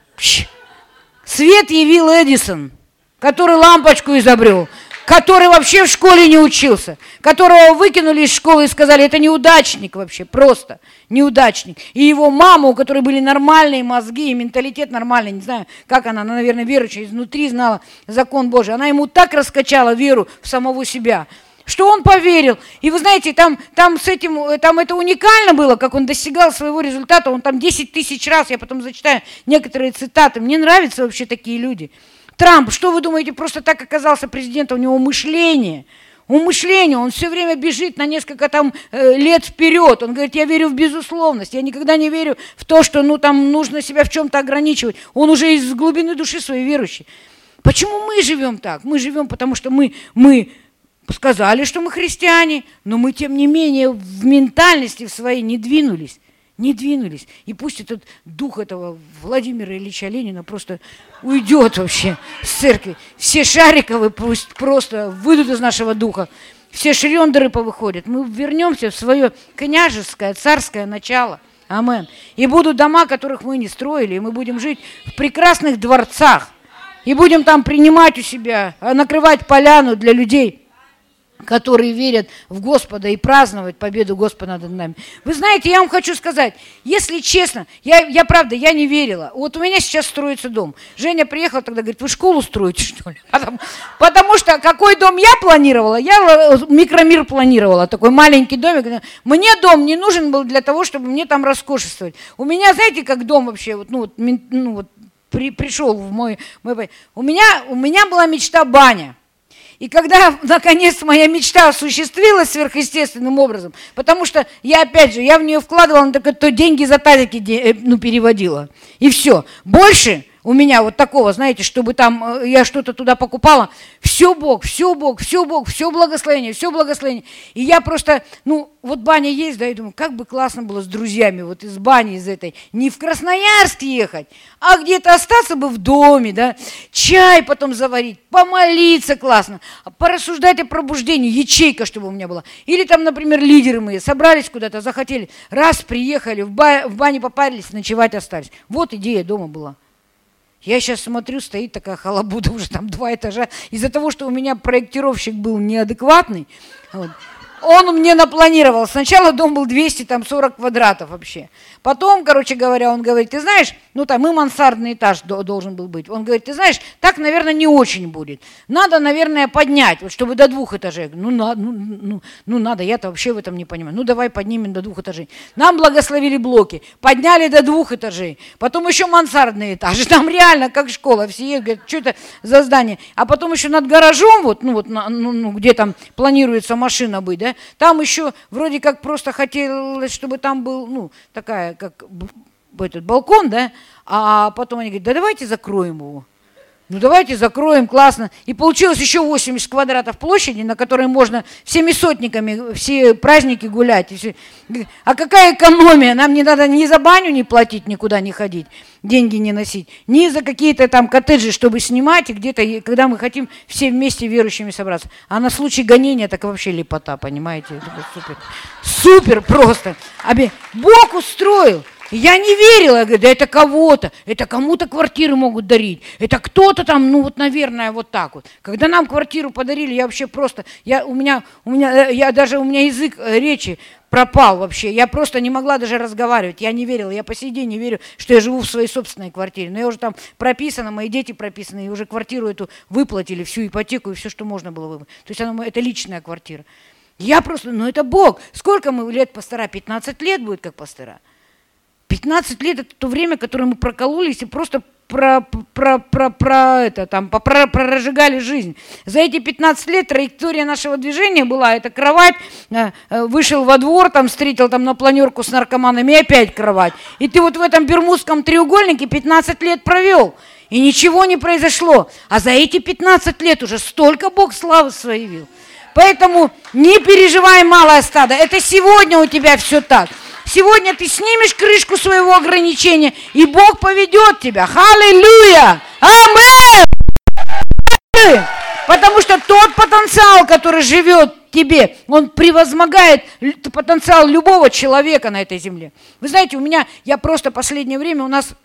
Свет явил Эдисон, который лампочку изобрел, который вообще в школе не учился, которого выкинули из школы и сказали, это неудачник вообще, просто неудачник. И его мама, у которой были нормальные мозги и менталитет нормальный, не знаю, как она наверное, верующая, изнутри знала закон Божий, она ему так раскачала веру в самого себя, что он поверил. И вы знаете, там это уникально было, как он достигал своего результата, он там 10 тысяч раз, я потом зачитаю некоторые цитаты, мне нравятся вообще такие люди. Трамп, что вы думаете, просто так оказался президентом? У него мышление, он все время бежит на несколько лет вперед. Он говорит, я верю в безусловность, я никогда не верю в то, что нужно себя в чем-то ограничивать. Он уже из глубины души своей верующий. Почему мы живем так? Мы живем, потому что мы сказали, что мы христиане, но мы, тем не менее, в ментальности в своей не двинулись. И пусть этот дух этого Владимира Ильича Ленина просто уйдет вообще с церкви. Все Шариковы пусть просто выйдут из нашего духа. Все Шрёндеры повыходят. Мы вернемся в свое княжеское, царское начало. Амен. И будут дома, которых мы не строили, и мы будем жить в прекрасных дворцах. И будем там принимать у себя, накрывать поляну для людей, которые верят в Господа и праздновать победу Господа над нами. Вы знаете, я вам хочу сказать, если честно, я правда, я не верила. Вот у меня сейчас строится дом. Женя приехала тогда, говорит, вы школу строите, что ли? Потому что какой дом я планировала? Я микромир планировала, такой маленький домик. Мне дом не нужен был для того, чтобы мне там роскошествовать. У меня, знаете, как дом вообще, пришел в мой... У меня была мечта баня. И когда, наконец, моя мечта осуществилась сверхъестественным образом, потому что я в нее вкладывала, то деньги за тазики переводила. И все. Больше у меня вот такого, знаете, чтобы там я что-то туда покупала. Все Бог, все Бог, все Бог, все благословение, все благословение. И я просто, ну, вот баня есть, да, и думаю, как бы классно было с друзьями вот из бани, из этой, не в Красноярск ехать, а где-то остаться бы в доме, да, чай потом заварить, помолиться классно, порассуждать о пробуждении, ячейка, чтобы у меня была. Или там, например, лидеры мои собрались куда-то, захотели, раз приехали, в бане попарились, ночевать остались. Вот идея дома была. Я сейчас смотрю, стоит такая халабуда, уже там 2 этажа. Из-за того, что у меня проектировщик был неадекватный, вот, он мне напланировал. Сначала дом был 240 квадратов вообще. Потом, короче говоря, он говорит, ты знаешь, ну там и мансардный этаж должен был быть. Он говорит, ты знаешь, так, наверное, не очень будет. Надо, наверное, поднять, вот, чтобы до 2 этажей. Ну, надо, я-то вообще в этом не понимаю. Ну, давай поднимем до 2 этажей. Нам благословили блоки, подняли до 2 этажей. Потом еще мансардный этаж. Там реально как школа. Все едут, говорят, что это за здание. А потом еще над гаражом, вот, где там планируется машина быть, да, там еще вроде как просто хотелось, чтобы там был, ну, такая, как этот балкон, да, а потом они говорят, да давайте закроем его. Ну давайте закроем, классно. И получилось еще 80 квадратов площади, на которой можно всеми сотниками все праздники гулять. И все. А какая экономия? Нам не надо ни за баню не платить, никуда не ходить, деньги не носить, ни за какие-то там коттеджи, чтобы снимать, и где-то, когда мы хотим все вместе верующими собраться. А на случай гонения так вообще лепота, понимаете? Это супер. Супер просто. Бог устроил. Я не верила, я говорю, да это кого-то, это кому-то квартиры могут дарить, это кто-то там, ну вот, наверное, вот так вот. Когда нам квартиру подарили, я вообще просто, у меня язык речи пропал вообще, я просто не могла даже разговаривать, я не верила, я по сей день не верю, что я живу в своей собственной квартире, но я уже там прописана, мои дети прописаны, и уже квартиру эту выплатили, всю ипотеку и все, что можно было выплатить, то есть это личная квартира. Я просто, ну это Бог, сколько мы лет пастора, 15 лет будет как пастора. 15 лет – это то время, которое мы прокололись и просто прожигали жизнь. За эти 15 лет траектория нашего движения была, это кровать, вышел во двор, там встретил там на планерку с наркоманами, и опять кровать. И ты вот в этом бермудском треугольнике 15 лет провел, и ничего не произошло. А за эти 15 лет уже столько Бог славы своей явил. Поэтому не переживай, малое стадо, это сегодня у тебя все так. Сегодня ты снимешь крышку своего ограничения, и Бог поведет тебя. Аллилуйя! Аминь! Потому что тот потенциал, который живет в тебе, он превозмогает потенциал любого человека на этой земле. Вы знаете, я просто последнее время у нас...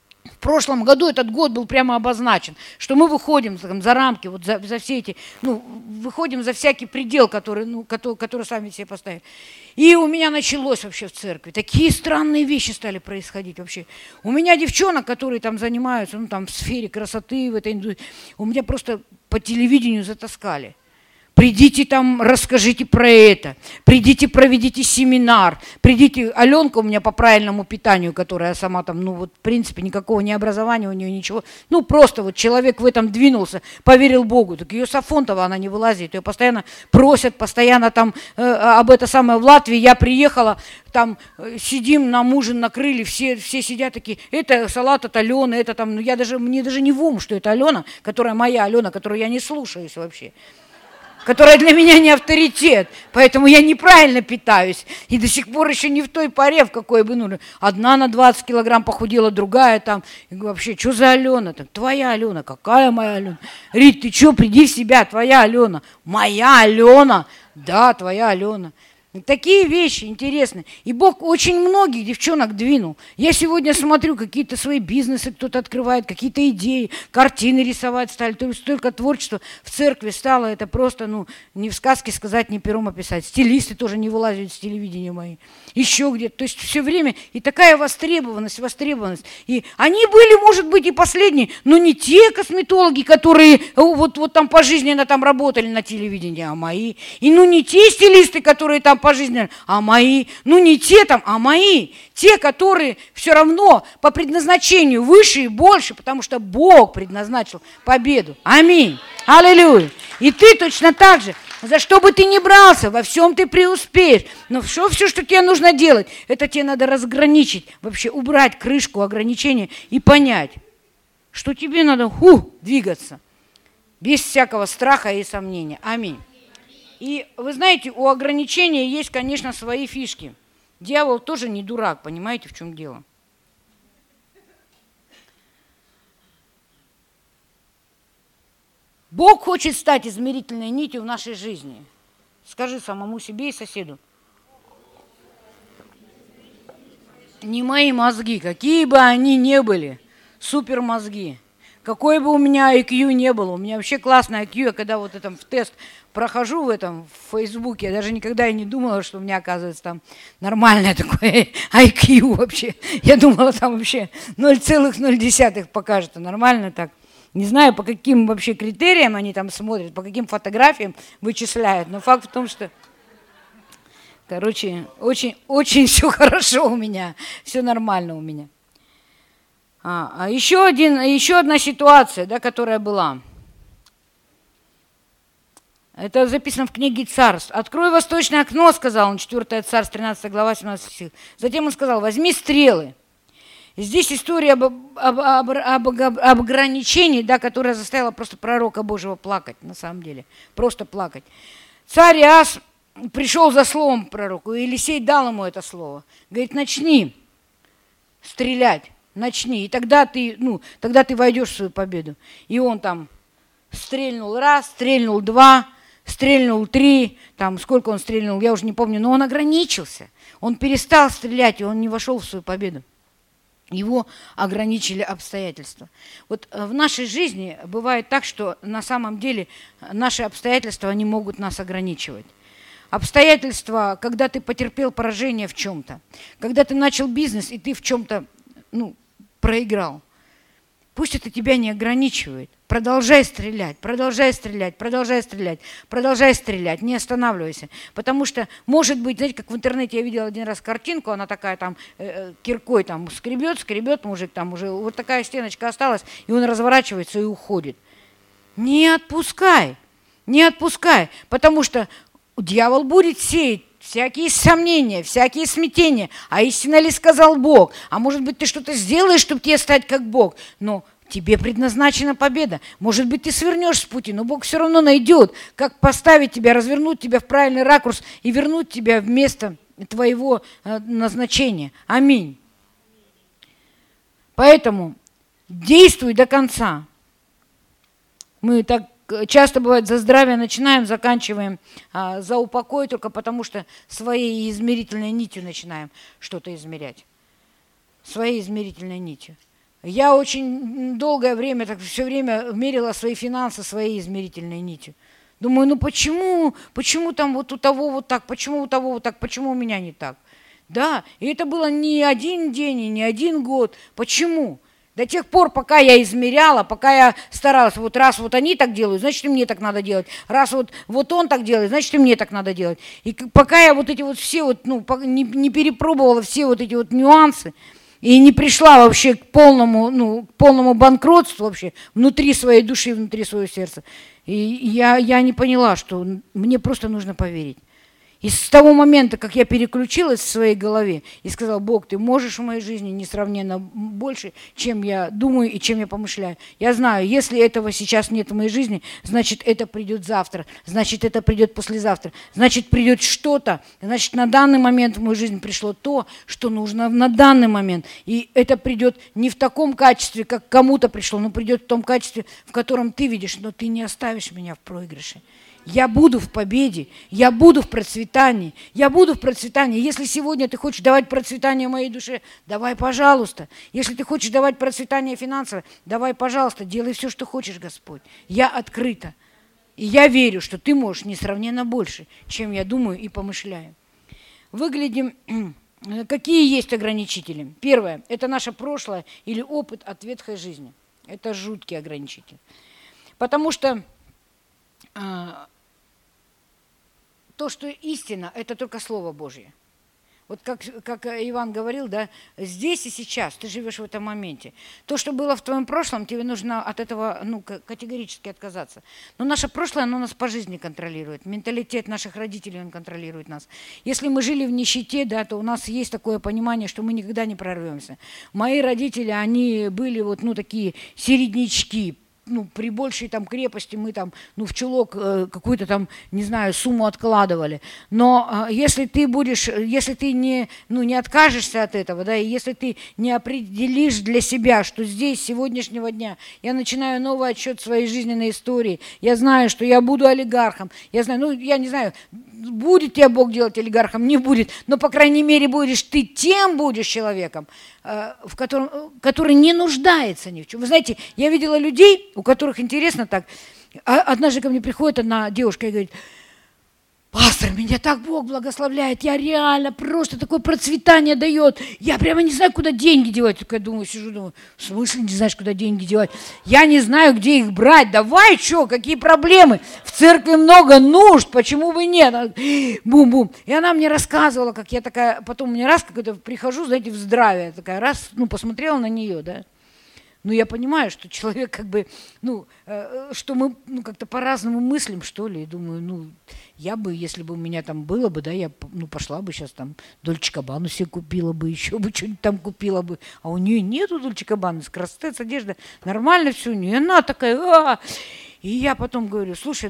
В прошлом году этот год был прямо обозначен, что мы выходим там, за рамки, вот за все эти, выходим за всякий предел, который сами себе поставили. И у меня началось вообще в церкви. Такие странные вещи стали происходить вообще. У меня девчонок, которые там занимаются, там в сфере красоты, в этой индустрии, у меня просто по телевидению затаскали. Придите там, расскажите про это, придите, проведите семинар, придите, Аленка у меня по правильному питанию, которая сама там, в принципе, никакого не образования у нее, ничего, просто вот человек в этом двинулся, поверил Богу, так ее с Афонтова она не вылазит, ее постоянно просят, постоянно там об это самое в Латвии, я приехала, там сидим, нам ужин накрыли, все сидят такие, это салат от Алены, это там, мне даже не в ум, что это Алена, которая моя Алена, которую я не слушаюсь вообще. Которая для меня не авторитет, поэтому я неправильно питаюсь. И до сих пор еще не в той паре, в какой бы, одна на 20 килограмм похудела, другая там. И вообще, что за Алена? Так, твоя Алена, какая моя Алена? Рит, ты что, приди в себя, твоя Алена. Моя Алена? Да, твоя Алена. Такие вещи интересные. И Бог очень многих девчонок двинул. Я сегодня смотрю, какие-то свои бизнесы кто-то открывает, какие-то идеи, картины рисовать стали. То есть столько творчества в церкви стало. Это просто, не в сказке сказать, не пером описать. Стилисты тоже не вылазят с телевидения мои. Еще где-то. То есть все время. И такая востребованность. И они были, может быть, и последние, но не те косметологи, которые вот там пожизненно там работали на телевидении, а мои. И не те стилисты, которые там пожизненно, а мои. Не те там, а мои. Те, которые все равно по предназначению выше и больше, потому что Бог предназначил победу. Аминь. Аллилуйя. И ты точно так же. За что бы ты ни брался, во всем ты преуспеешь. Но все, что тебе нужно делать, это тебе надо разграничить, вообще убрать крышку ограничения и понять, что тебе надо двигаться без всякого страха и сомнения. Аминь. И вы знаете, у ограничения есть, конечно, свои фишки. Дьявол тоже не дурак, понимаете, в чем дело? Бог хочет стать измерительной нитью в нашей жизни. Скажи самому себе и соседу. Не мои мозги, какие бы они ни были, супермозги. Какой бы у меня IQ не было, у меня вообще классный IQ, я когда вот в тест прохожу в Фейсбуке, я даже никогда и не думала, что у меня, оказывается, там нормальное такое IQ вообще. Я думала, там вообще 0,0 покажет, нормально так. Не знаю, по каким вообще критериям они там смотрят, по каким фотографиям вычисляют, но факт в том, что, короче, очень все хорошо у меня, все нормально у меня. Еще одна ситуация, да, которая была. Это записано в книге Царств. «Открой восточное окно», сказал он, 4 Царств, 13 глава, 17 стих. Затем он сказал: «Возьми стрелы». Здесь история об ограничении, да, которая заставила просто пророка Божьего плакать, на самом деле, просто плакать. Царь Иас пришел за словом пророку, и Елисей дал ему это слово. Говорит: начни стрелять, начни, и тогда ты войдешь в свою победу. И он там стрельнул раз, стрельнул два, стрельнул три, там сколько он стрельнул, я уже не помню, но он ограничился. Он перестал стрелять, и он не вошел в свою победу. Его ограничили обстоятельства. Вот в нашей жизни бывает так, что на самом деле наши обстоятельства, они могут нас ограничивать. Обстоятельства, когда ты потерпел поражение в чем-то, когда ты начал бизнес, и ты в чем-то проиграл. Пусть это тебя не ограничивает. Продолжай стрелять, продолжай стрелять, продолжай стрелять, продолжай стрелять, не останавливайся. Потому что, может быть, знаете, как в интернете я видела один раз картинку, она такая там киркой там скребет мужик, там уже вот такая стеночка осталась, и он разворачивается и уходит. Не отпускай, потому что дьявол будет сеять всякие сомнения, всякие смятения. А истинно ли сказал Бог? А может быть, ты что-то сделаешь, чтобы тебе стать как Бог? Но тебе предназначена победа. Может быть, ты свернешь с пути, но Бог все равно найдет, как поставить тебя, развернуть тебя в правильный ракурс и вернуть тебя в место твоего назначения. Аминь. Поэтому действуй до конца. Мы так часто бывает за здравие начинаем, заканчиваем за упокой только потому, что своей измерительной нитью начинаем что-то измерять. Своей измерительной нитью. Я очень долгое время, так все время мерила свои финансы своей измерительной нитью. Думаю, почему там вот у того вот так, почему у того вот так, почему у меня не так? Да, и это было не один день и не один год. Почему? До тех пор, пока я измеряла, пока я старалась, вот раз вот они так делают, значит, и мне так надо делать. Раз вот он так делает, значит, и мне так надо делать. И пока я вот эти вот все не перепробовала все вот эти вот нюансы, и не пришла вообще к полному банкротству вообще внутри своей души, внутри своего сердца. И я не поняла, что мне просто нужно поверить. И с того момента, как я переключилась в своей голове и сказала: Бог, ты можешь в моей жизни несравненно больше, чем я думаю и чем я помышляю. Я знаю, если этого сейчас нет в моей жизни, значит, это придет завтра, значит, это придет послезавтра, значит, придет что-то, значит, на данный момент в мою жизнь пришло то, что нужно на данный момент. И это придет не в таком качестве, как кому-то пришло, но придет в том качестве, в котором ты видишь, но ты не оставишь меня в проигрыше. Я буду в победе, я буду в процветании, я буду в процветании. Если сегодня ты хочешь давать процветание моей душе, давай, пожалуйста. Если ты хочешь давать процветание финансовое, давай, пожалуйста, делай все, что хочешь, Господь. Я открыта. И я верю, что ты можешь несравненно больше, чем я думаю и помышляю. Выглядим, какие есть ограничители. Первое, это наше прошлое или опыт от ветхой жизни. Это жуткий ограничитель. Потому что то, что истина, это только Слово Божье. Вот как Иван говорил, да, здесь и сейчас ты живешь в этом моменте. То, что было в твоем прошлом, тебе нужно от этого категорически отказаться. Но наше прошлое, оно нас по жизни контролирует. Менталитет наших родителей, он контролирует нас. Если мы жили в нищете, да, то у нас есть такое понимание, что мы никогда не прорвемся. Мои родители, они были вот, такие середнячки. При большей там крепости мы там, в чулок какую-то там, не знаю, сумму откладывали. Но если ты не откажешься от этого, да, и если ты не определишь для себя, что здесь, с сегодняшнего дня, я начинаю новый отсчет своей жизненной истории, я знаю, что я буду олигархом, я знаю, я не знаю, будет тебя Бог делать олигархом, не будет, но, по крайней мере, тем будешь человеком, который не нуждается ни в чем. Вы знаете, я видела людей, у которых интересно так. Однажды ко мне приходит одна девушка и говорит: пастор, меня так Бог благословляет, я реально просто такое процветание дает, я прямо не знаю, куда деньги девать. Только я сижу, думаю, в смысле не знаешь, куда деньги девать? Я не знаю, где их брать, давай, какие проблемы? В церкви много нужд, почему бы нет? Бум-бум. И она мне рассказывала, как я такая, потом мне раз, как это прихожу, знаете, в здравие, такая раз, посмотрела на нее, да. Я понимаю, что человек что мы как-то по-разному мыслим, что ли, и думаю, я бы, если бы у меня там было бы, да, я пошла бы сейчас там Дольче Габбану себе купила бы, еще бы что-нибудь там купила бы, а у нее нету Дольче Габбану, красотец, одежда, нормально все у нее, и она такая, И я потом говорю: слушай,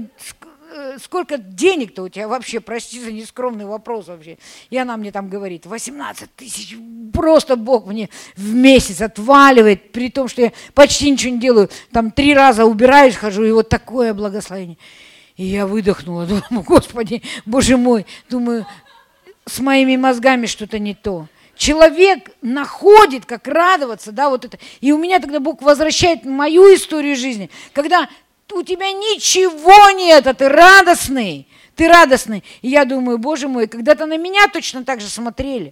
сколько денег-то у тебя вообще, прости за нескромный вопрос вообще. И она мне там говорит: 18 тысяч, просто Бог мне в месяц отваливает, при том, что я почти ничего не делаю, там 3 раза убираюсь, хожу, и вот такое благословение. И я выдохнула, думаю: Господи, Боже мой, думаю, с моими мозгами что-то не то. Человек находит, как радоваться, да, вот это. И у меня тогда Бог возвращает мою историю жизни, когда у тебя ничего нет, а ты радостный. И я думаю: Боже мой, когда-то на меня точно так же смотрели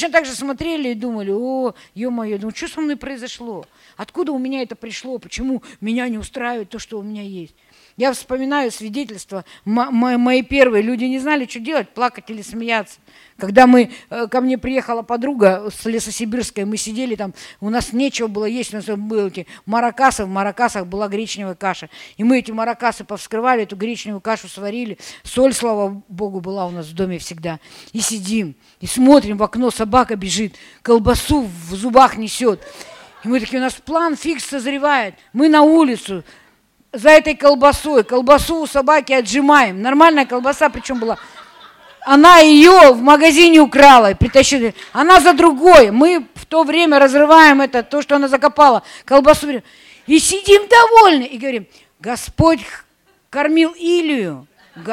и думали: о, ё-моё, что со мной произошло? Откуда у меня это пришло? Почему меня не устраивает то, что у меня есть? Я вспоминаю свидетельства мои первые. Люди не знали, что делать, плакать или смеяться. Когда ко мне приехала подруга с Лесосибирской, мы сидели там, у нас нечего было есть, у нас были эти маракасы, в маракасах была гречневая каша. И мы эти маракасы повскрывали, эту гречневую кашу сварили. Соль, слава Богу, была у нас в доме всегда. И сидим, и смотрим в окно, собака бежит, колбасу в зубах несет. И мы такие, у нас план фикс созревает. Мы на улицу за этой колбасу у собаки отжимаем. Нормальная колбаса, причем была. Она ее в магазине украла, притащила. Она за другой. Мы в то время разрываем то, что она закопала, колбасу. И сидим довольны. И говорим: Господь кормил Илью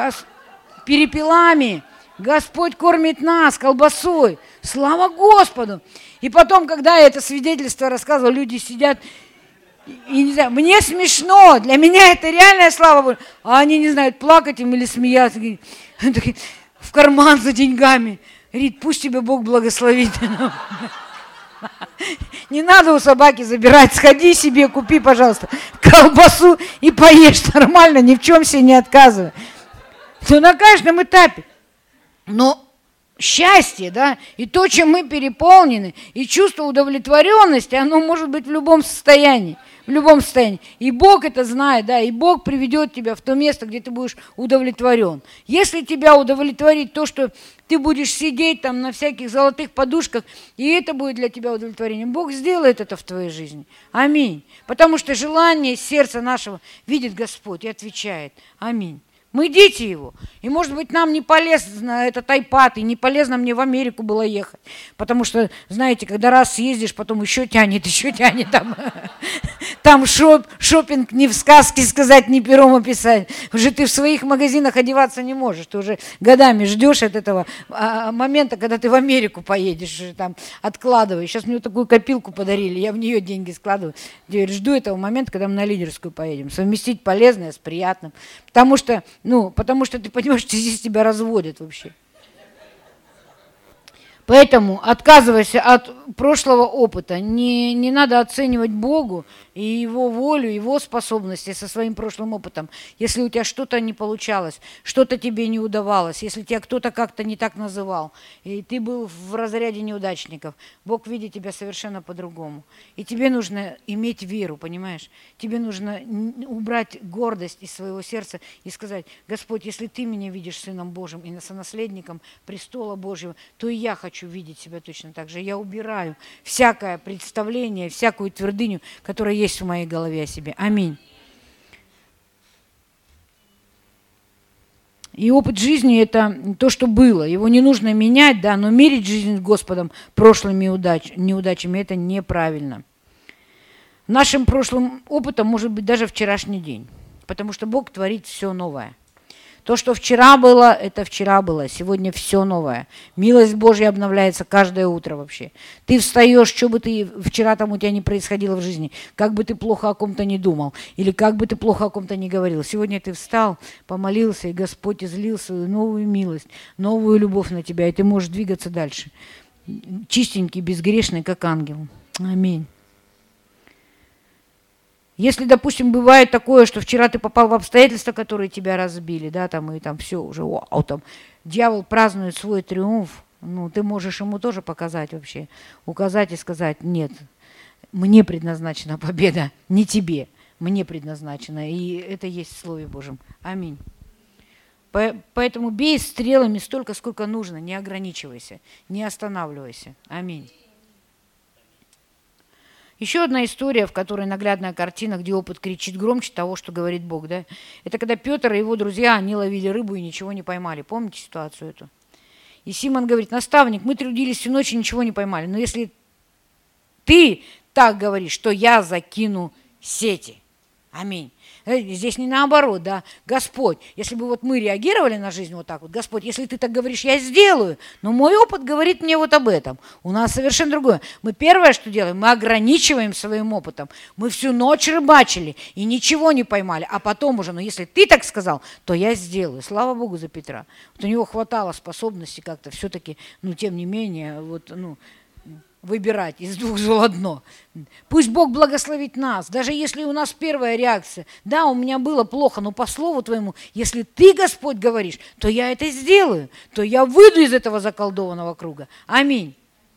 перепелами. Господь кормит нас колбасой. Слава Господу. И потом, когда я это свидетельство рассказывала, люди сидят. И не знаю, мне смешно, для меня это реальная слава Богу. А они не знают, плакать им или смеяться. В карман за деньгами. Говорит: пусть тебя Бог благословит. Не надо у собаки забирать, сходи себе, купи, пожалуйста, колбасу и поешь нормально, ни в чем себе не отказывай. Но на каждом этапе. Но счастье, да, и то, чем мы переполнены, и чувство удовлетворенности, оно может быть в любом состоянии. И Бог это знает, да, и Бог приведет тебя в то место, где ты будешь удовлетворен. Если тебя удовлетворит то, что ты будешь сидеть там на всяких золотых подушках, и это будет для тебя удовлетворением, Бог сделает это в твоей жизни. Аминь. Потому что желание сердца нашего видит Господь и отвечает. Аминь. Мы дети Его. И, может быть, нам не полезно этот айпад, и не полезно мне в Америку было ехать. Потому что, знаете, когда раз съездишь, потом еще тянет там шопинг не в сказке сказать, не пером описать. Уже ты в своих магазинах одеваться не можешь. Ты уже годами ждешь от этого момента, когда ты в Америку поедешь, уже там откладываешь. Сейчас мне вот такую копилку подарили, я в нее деньги складываю. Я жду этого момента, когда мы на Лидерскую поедем. Совместить полезное с приятным. Потому что ты понимаешь, что здесь тебя разводят вообще. Поэтому отказывайся от прошлого опыта. Не надо оценивать Богу и Его волю, Его способности со своим прошлым опытом. Если у тебя что-то не получалось, что-то тебе не удавалось, если тебя кто-то как-то не так называл, и ты был в разряде неудачников, Бог видит тебя совершенно по-другому. И тебе нужно иметь веру, понимаешь? Тебе нужно убрать гордость из своего сердца и сказать: Господь, если Ты меня видишь Сыном Божьим и сонаследником престола Божьего, то и я хочу видеть себя точно так же. Я убираю всякое представление, всякую твердыню, которая есть в моей голове о себе. Аминь. И опыт жизни – это то, что было. Его не нужно менять, да, но мерить жизнь с Господом прошлыми неудачами – это неправильно. Нашим прошлым опытом может быть даже вчерашний день, потому что Бог творит все новое. То, что вчера было, это вчера было. Сегодня все новое. Милость Божья обновляется каждое утро вообще. Ты встаешь, что бы ты вчера там у тебя не происходило в жизни, как бы ты плохо о ком-то не думал, или как бы ты плохо о ком-то не говорил. Сегодня ты встал, помолился, и Господь излил свою новую милость, новую любовь на тебя, и ты можешь двигаться дальше. Чистенький, безгрешный, как ангел. Аминь. Если, допустим, бывает такое, что вчера ты попал в обстоятельства, которые тебя разбили, да, там, и там все уже, вау, там, дьявол празднует свой триумф, ну, ты можешь ему тоже показать вообще, указать и сказать: нет, мне предназначена победа, не тебе, мне предназначена, и это есть в Слове Божьем. Аминь. Поэтому бей стрелами столько, сколько нужно, не ограничивайся, не останавливайся. Аминь. Еще одна история, в которой наглядная картина, где опыт кричит громче того, что говорит Бог, да? Это когда Петр и его друзья, они ловили рыбу и ничего не поймали. Помните ситуацию эту? И Симон говорит: наставник, мы трудились всю ночь и ничего не поймали. Но если ты так говоришь, то я закину сети. Аминь. Здесь не наоборот, да. Господь, если бы вот мы реагировали на жизнь вот так вот: Господь, если ты так говоришь, я сделаю. Но мой опыт говорит мне вот об этом. У нас совершенно другое. Мы первое, что делаем, мы ограничиваем своим опытом. Мы всю ночь рыбачили и ничего не поймали. А потом уже, ну если ты так сказал, то я сделаю. Слава Богу за Петра. Вот у него хватало способности как-то все-таки, ну тем не менее, вот, ну, выбирать из двух зол одно. Пусть Бог благословит нас, даже если у нас первая реакция: да, у меня было плохо, но по слову Твоему, если Ты, Господь, говоришь, то я это сделаю, то я выйду из этого заколдованного круга. Аминь.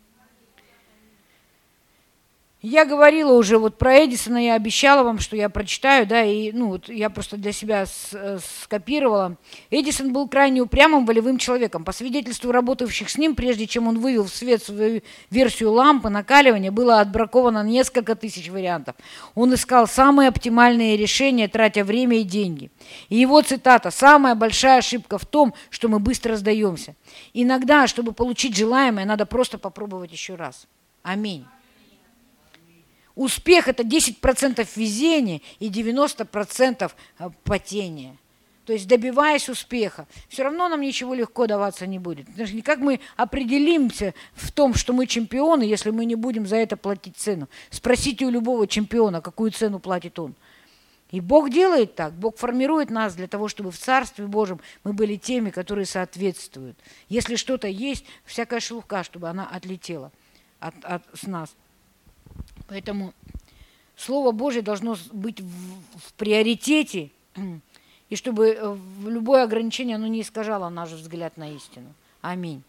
Я говорила уже вот про Эдисона, я обещала вам, что я прочитаю, да, и ну вот я просто для себя скопировала. Эдисон был крайне упрямым, волевым человеком. По свидетельству работавших с ним, прежде чем он вывел в свет свою версию лампы накаливания, было отбраковано несколько тысяч вариантов. Он искал самые оптимальные решения, тратя время и деньги. И его цитата: «Самая большая ошибка в том, что мы быстро сдаемся. Иногда, чтобы получить желаемое, надо просто попробовать еще раз». Аминь. Успех – это 10% везения и 90% потения. То есть, добиваясь успеха, все равно нам ничего легко даваться не будет. Потому что как мы определимся в том, что мы чемпионы, если мы не будем за это платить цену? Спросите у любого чемпиона, какую цену платит он. И Бог делает так. Бог формирует нас для того, чтобы в Царстве Божьем мы были теми, которые соответствуют. Если что-то есть, всякая шелуха, чтобы она отлетела с нас. Поэтому Слово Божье должно быть в приоритете, и чтобы любое ограничение, оно не искажало наш взгляд на истину. Аминь.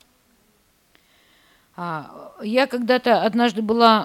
Я когда-то однажды была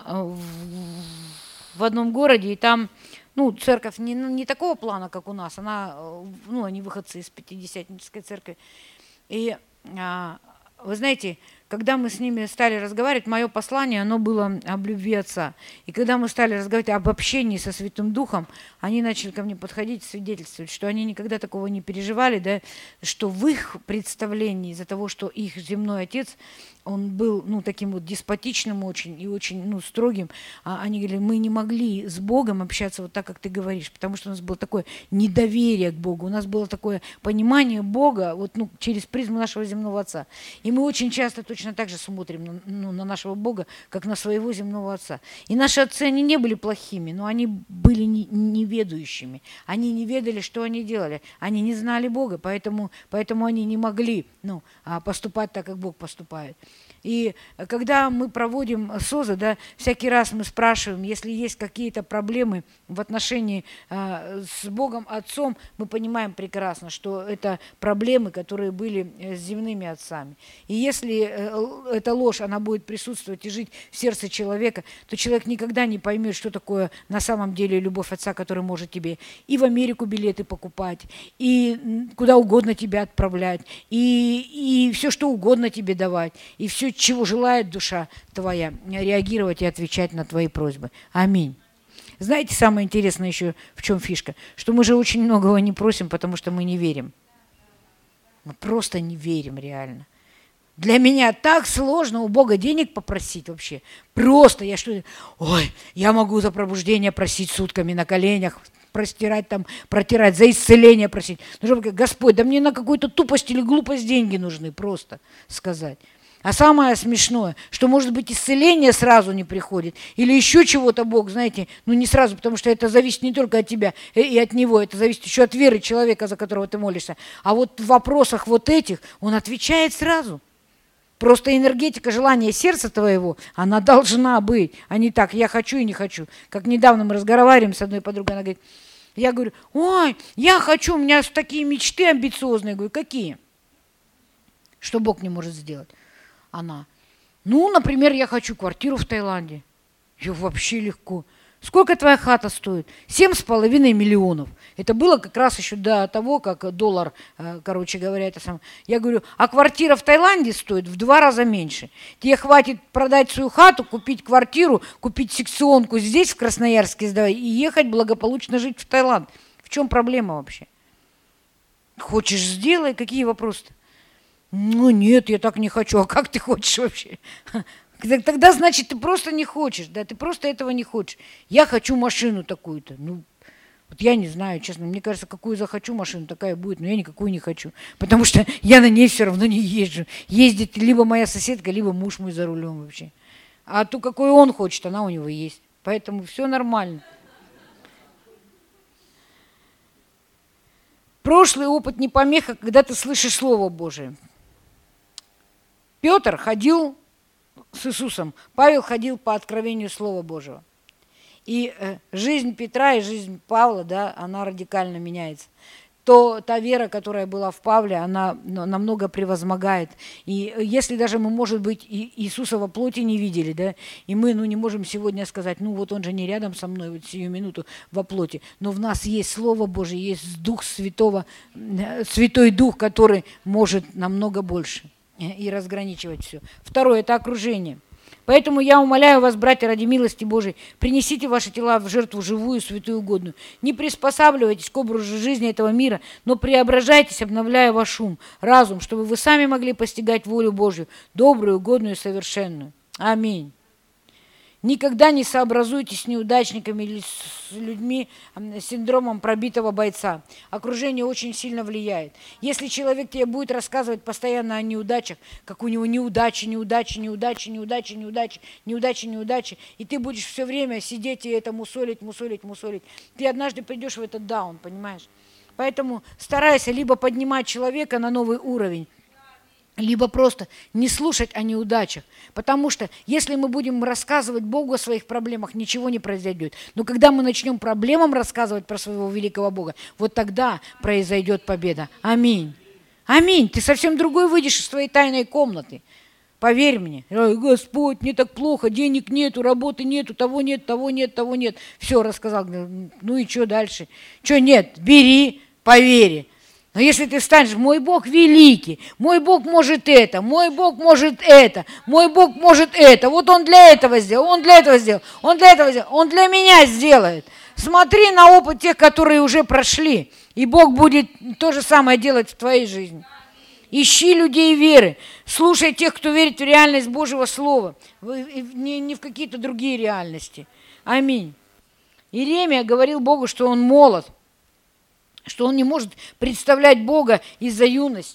в одном городе, и там, ну, церковь не такого плана, как у нас, она, ну, они выходцы из пятидесятнической церкви. И вы знаете, когда мы с ними стали разговаривать, мое послание, оно было об любви Отца. И когда мы стали разговаривать об общении со Святым Духом, они начали ко мне подходить, свидетельствовать, что они никогда такого не переживали, да, что в их представлении из-за того, что их земной отец, он был, ну, таким вот деспотичным очень и очень, ну, строгим, они говорили: мы не могли с Богом общаться вот так, как ты говоришь, потому что у нас было такое недоверие к Богу, у нас было такое понимание Бога вот, ну, через призму нашего земного отца. И мы очень часто точно так же смотрим на нашего Бога, как на своего земного отца. И наши отцы, они не были плохими, но они были неведающими. Они не ведали, что они делали. Они не знали Бога, поэтому они не могли поступать так, как Бог поступает. И когда мы проводим СОЗы, да, всякий раз мы спрашиваем, если есть какие-то проблемы в отношении с Богом Отцом, мы понимаем прекрасно, что это проблемы, которые были с земными отцами. И если эта ложь, она будет присутствовать и жить в сердце человека, то человек никогда не поймет, что такое на самом деле любовь Отца, который может тебе и в Америку билеты покупать, и куда угодно тебя отправлять, и все, что угодно тебе давать, и все, чего желает душа твоя, реагировать и отвечать на твои просьбы. Аминь. Знаете, самое интересное еще, в чем фишка? Что мы же очень многого не просим, потому что мы не верим. Мы просто не верим реально. Для меня так сложно у Бога денег попросить вообще. Просто я могу за пробуждение просить сутками на коленях, протирать, за исцеление просить. Господь, да мне на какую-то тупость или глупость деньги нужны, просто сказать. А самое смешное, что, может быть, исцеление сразу не приходит, или еще чего-то Бог, знаете, не сразу, потому что это зависит не только от тебя и от Него, это зависит еще от веры человека, за которого ты молишься. А вот в вопросах вот этих Он отвечает сразу. Просто энергетика желания сердца твоего, она должна быть, а не так, я хочу и не хочу. Как недавно мы разговариваем с одной подругой, она говорит, я говорю, ой, я хочу, у меня такие мечты амбициозные. Я говорю, какие? Что Бог не может сделать? Она, например, я хочу квартиру в Таиланде. Я вообще легко. Сколько твоя хата стоит? 7,5 миллионов. Это было как раз еще до того, как доллар, короче говоря, это самое. Я говорю, а квартира в Таиланде стоит в 2 раза меньше. Тебе хватит продать свою хату, купить квартиру, купить секционку здесь, в Красноярске, сдавать, и ехать благополучно жить в Таиланд. В чем проблема вообще? Хочешь, сделай, какие вопросы-то? Нет, я так не хочу. А как ты хочешь вообще? Тогда, значит, ты просто не хочешь, да, ты просто этого не хочешь. Я хочу машину такую-то. Вот я не знаю, честно, мне кажется, какую захочу машину, такая будет, но я никакую не хочу. Потому что я на ней все равно не езжу. Ездит либо моя соседка, либо муж мой за рулем вообще. А ту, какой он хочет, она у него есть. Поэтому все нормально. Прошлый опыт не помеха, когда ты слышишь Слово Божие. Петр ходил с Иисусом, Павел ходил по откровению Слова Божьего. И жизнь Петра и жизнь Павла, да, она радикально меняется. Та вера, которая была в Павле, она намного превозмогает. И если даже мы, может быть, Иисуса во плоти не видели, да, и мы не можем сегодня сказать, вот он же не рядом со мной вот сию минуту во плоти, но в нас есть Слово Божие, есть Дух Святой Дух, который может намного больше и разграничивать все. Второе – это окружение. Поэтому я умоляю вас, братья, ради милости Божией, принесите ваши тела в жертву живую, святую, угодную. Не приспосабливайтесь к образу жизни этого мира, но преображайтесь, обновляя ваш ум, разум, чтобы вы сами могли постигать волю Божью, добрую, угодную и совершенную. Аминь. Никогда не сообразуйтесь с неудачниками или с людьми с синдромом пробитого бойца. Окружение очень сильно влияет. Если человек тебе будет рассказывать постоянно о неудачах, как у него неудачи, и ты будешь все время сидеть и это мусолить, ты однажды придешь в этот даун, понимаешь? Поэтому старайся либо поднимать человека на новый уровень, либо просто не слушать о неудачах. Потому что если мы будем рассказывать Богу о своих проблемах, ничего не произойдет. Но когда мы начнем проблемам рассказывать про своего великого Бога, вот тогда произойдет победа. Аминь. Аминь. Ты совсем другой выйдешь из своей тайной комнаты. Поверь мне. Господь, мне так плохо, денег нету, работы нету, того нет. Все рассказал. И что дальше? Что нет? Бери, поверь. Но если ты встанешь, мой Бог великий, мой Бог может это, мой Бог может это, мой Бог может это, вот Он для этого сделал, Он для этого сделал, Он для этого сделал, Он для меня сделает. Смотри на опыт тех, которые уже прошли, и Бог будет то же самое делать в твоей жизни. Ищи людей веры, слушай тех, кто верит в реальность Божьего Слова, не в какие-то другие реальности. Аминь. Иеремия говорил Богу, что он молод, что он не может представлять Бога из-за юности.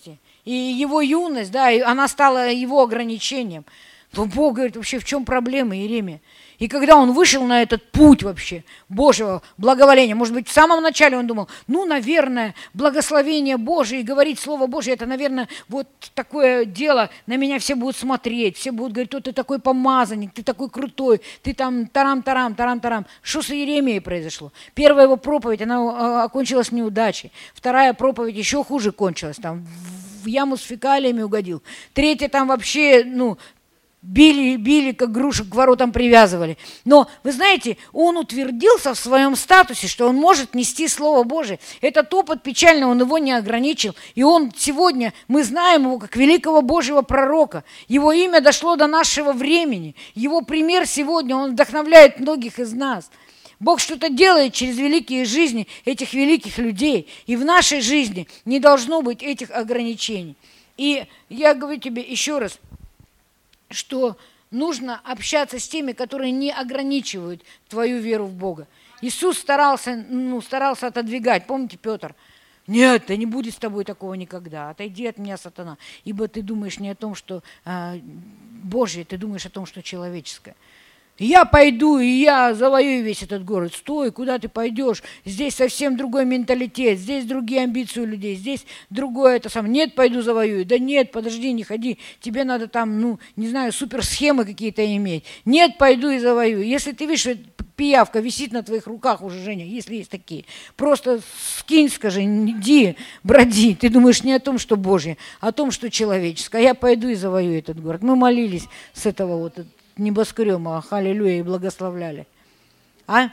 и его юность, да, и она стала его ограничением, то Бог говорит, вообще в чем проблема, Иеремия? И когда он вышел на этот путь вообще Божьего благоволения, может быть, в самом начале он думал, ну, наверное, благословение Божие и говорить Слово Божие, это, наверное, вот такое дело, на меня все будут смотреть, все будут говорить, ты такой помазанник, ты такой крутой, ты там тарам-тарам, тарам-тарам. Что с Иеремией произошло? Первая его проповедь, она окончилась неудачей. Вторая проповедь еще хуже кончилась, там в яму с фекалиями угодил. Третья там вообще, били, как грушек к воротам привязывали. Но, вы знаете, он утвердился в своем статусе, что он может нести Слово Божие. Этот опыт печально, он его не ограничил. И он сегодня, мы знаем его как великого Божьего пророка. Его имя дошло до нашего времени. Его пример сегодня, он вдохновляет многих из нас. Бог что-то делает через великие жизни этих великих людей. И в нашей жизни не должно быть этих ограничений. И я говорю тебе еще раз, что нужно общаться с теми, которые не ограничивают твою веру в Бога. Иисус старался отодвигать. Помните, Петр? Нет, да не будет с тобой такого никогда. Отойди от меня, сатана. Ибо ты думаешь не о том, что Божье, ты думаешь о том, что человеческое. Я пойду, и я завоюю весь этот город. Стой, куда ты пойдешь? Здесь совсем другой менталитет, здесь другие амбиции у людей, здесь другое это самое. Нет, пойду завоюю. Да нет, подожди, не ходи. Тебе надо там, не знаю, суперсхемы какие-то иметь. Нет, пойду и завоюю. Если ты видишь, что пиявка висит на твоих руках уже, Женя, если есть такие, просто скинь, скажи, иди, броди. Ты думаешь не о том, что Божье, а о том, что человеческое. А я пойду и завоюю этот город. Мы молились с этого вот небоскрема, халилюя, и благословляли. А?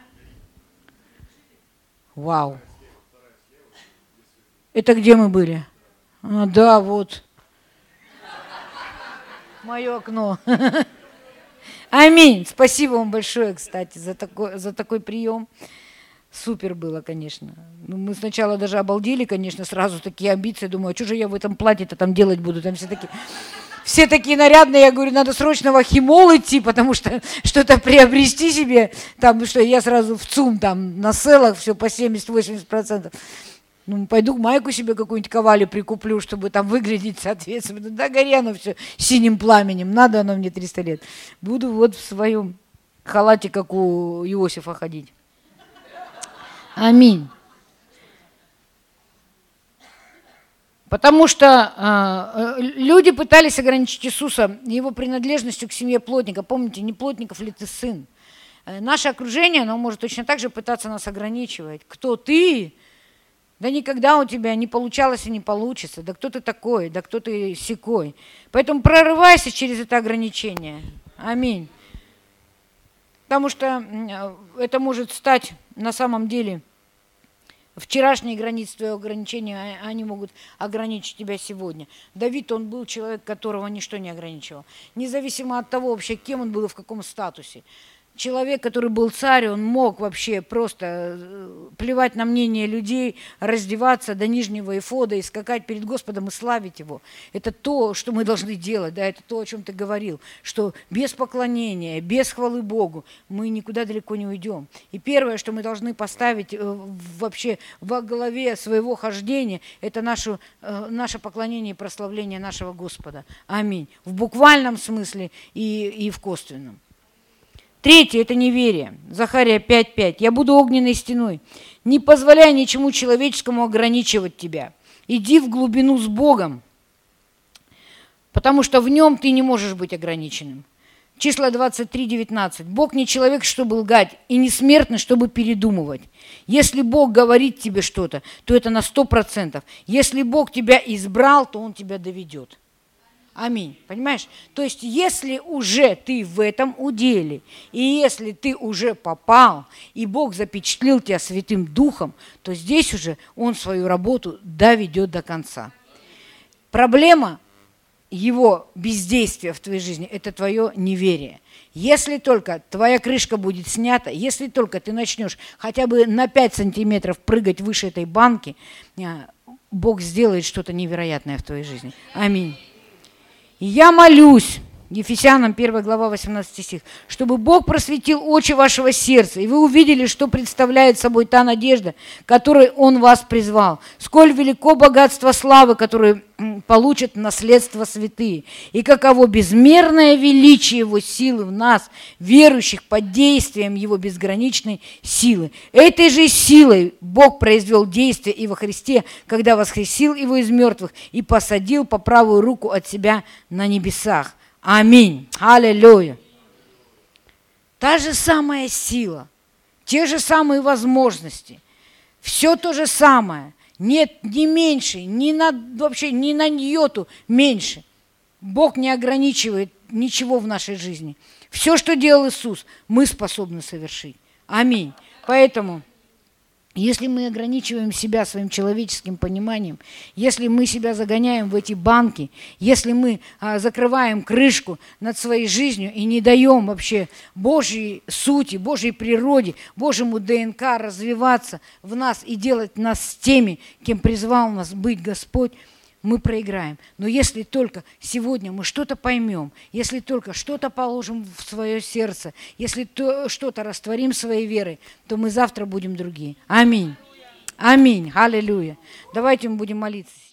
Вау. Это где мы были? Да, вот. Мое окно. Аминь. Спасибо вам большое, кстати, за такой прием. Супер было, конечно. Мы сначала даже обалдели, конечно, сразу такие амбиции. Думаю, а что же я в этом платье-то там делать буду? Там все такие нарядные, я говорю, надо срочно в Ахимол идти, потому что что-то приобрести себе, там, что я сразу в ЦУМ, там, на селах все по 70-80%. Пойду майку себе какую-нибудь ковали прикуплю, чтобы там выглядеть соответственно. Да, гори оно все синим пламенем, надо оно мне 300 лет. Буду вот в своем халате, как у Иосифа, ходить. Аминь. Потому что люди пытались ограничить Иисуса его принадлежностью к семье плотника. Помните, не плотников ли ты сын? Наше окружение, оно может точно так же пытаться нас ограничивать. Кто ты? Да никогда у тебя не получалось и не получится. Да кто ты такой? Да кто ты сякой? Поэтому прорывайся через это ограничение. Аминь. Потому что это может стать на самом деле... Вчерашние границы твоего ограничения, они могут ограничить тебя сегодня. Давид, он был человек, которого ничто не ограничивало. Независимо от того, вообще, кем он был и в каком статусе. Человек, который был царь, он мог вообще просто плевать на мнение людей, раздеваться до нижнего эфода и скакать перед Господом и славить Его. Это то, что мы должны делать, да, это то, о чем ты говорил, что без поклонения, без хвалы Богу мы никуда далеко не уйдем. И первое, что мы должны поставить вообще во главе своего хождения, это наше поклонение и прославление нашего Господа. Аминь. В буквальном смысле и в косвенном. Третье – это неверие. Захария 5:5. «Я буду огненной стеной. Не позволяй ничему человеческому ограничивать тебя. Иди в глубину с Богом, потому что в нем ты не можешь быть ограниченным». Числа 23:19. «Бог не человек, чтобы лгать, и не смертный, чтобы передумывать. Если Бог говорит тебе что-то, то это на 100%. Если Бог тебя избрал, то Он тебя доведет». Аминь. Понимаешь? То есть, если уже ты в этом уделе, и если ты уже попал, и Бог запечатлел тебя Святым Духом, то здесь уже Он свою работу доведет до конца. Проблема Его бездействия в твоей жизни – это твое неверие. Если только твоя крышка будет снята, если только ты начнешь хотя бы на 5 сантиметров прыгать выше этой банки, Бог сделает что-то невероятное в твоей жизни. Аминь. И я молюсь Ефесянам 1 глава 18 стих. Чтобы Бог просветил очи вашего сердца, и вы увидели, что представляет собой та надежда, которой Он вас призвал. Сколь велико богатство славы, которое получат в наследство святые, и каково безмерное величие Его силы в нас, верующих под действием Его безграничной силы. Этой же силой Бог произвел действие и во Христе, когда воскресил Его из мертвых и посадил по правую руку от себя на небесах. Аминь. Аллилуйя. Та же самая сила, те же самые возможности, все то же самое. Нет ни меньше, вообще ни на йоту меньше. Бог не ограничивает ничего в нашей жизни. Все, что делал Иисус, мы способны совершить. Аминь. Поэтому, если мы ограничиваем себя своим человеческим пониманием, если мы себя загоняем в эти банки, если мы закрываем крышку над своей жизнью и не даем вообще Божьей сути, Божьей природе, Божьему ДНК развиваться в нас и делать нас теми, кем призвал нас быть Господь, мы проиграем. Но если только сегодня мы что-то поймем, если только что-то положим в свое сердце, если что-то растворим своей верой, то мы завтра будем другие. Аминь. Аминь. Аллилуйя. Давайте мы будем молиться.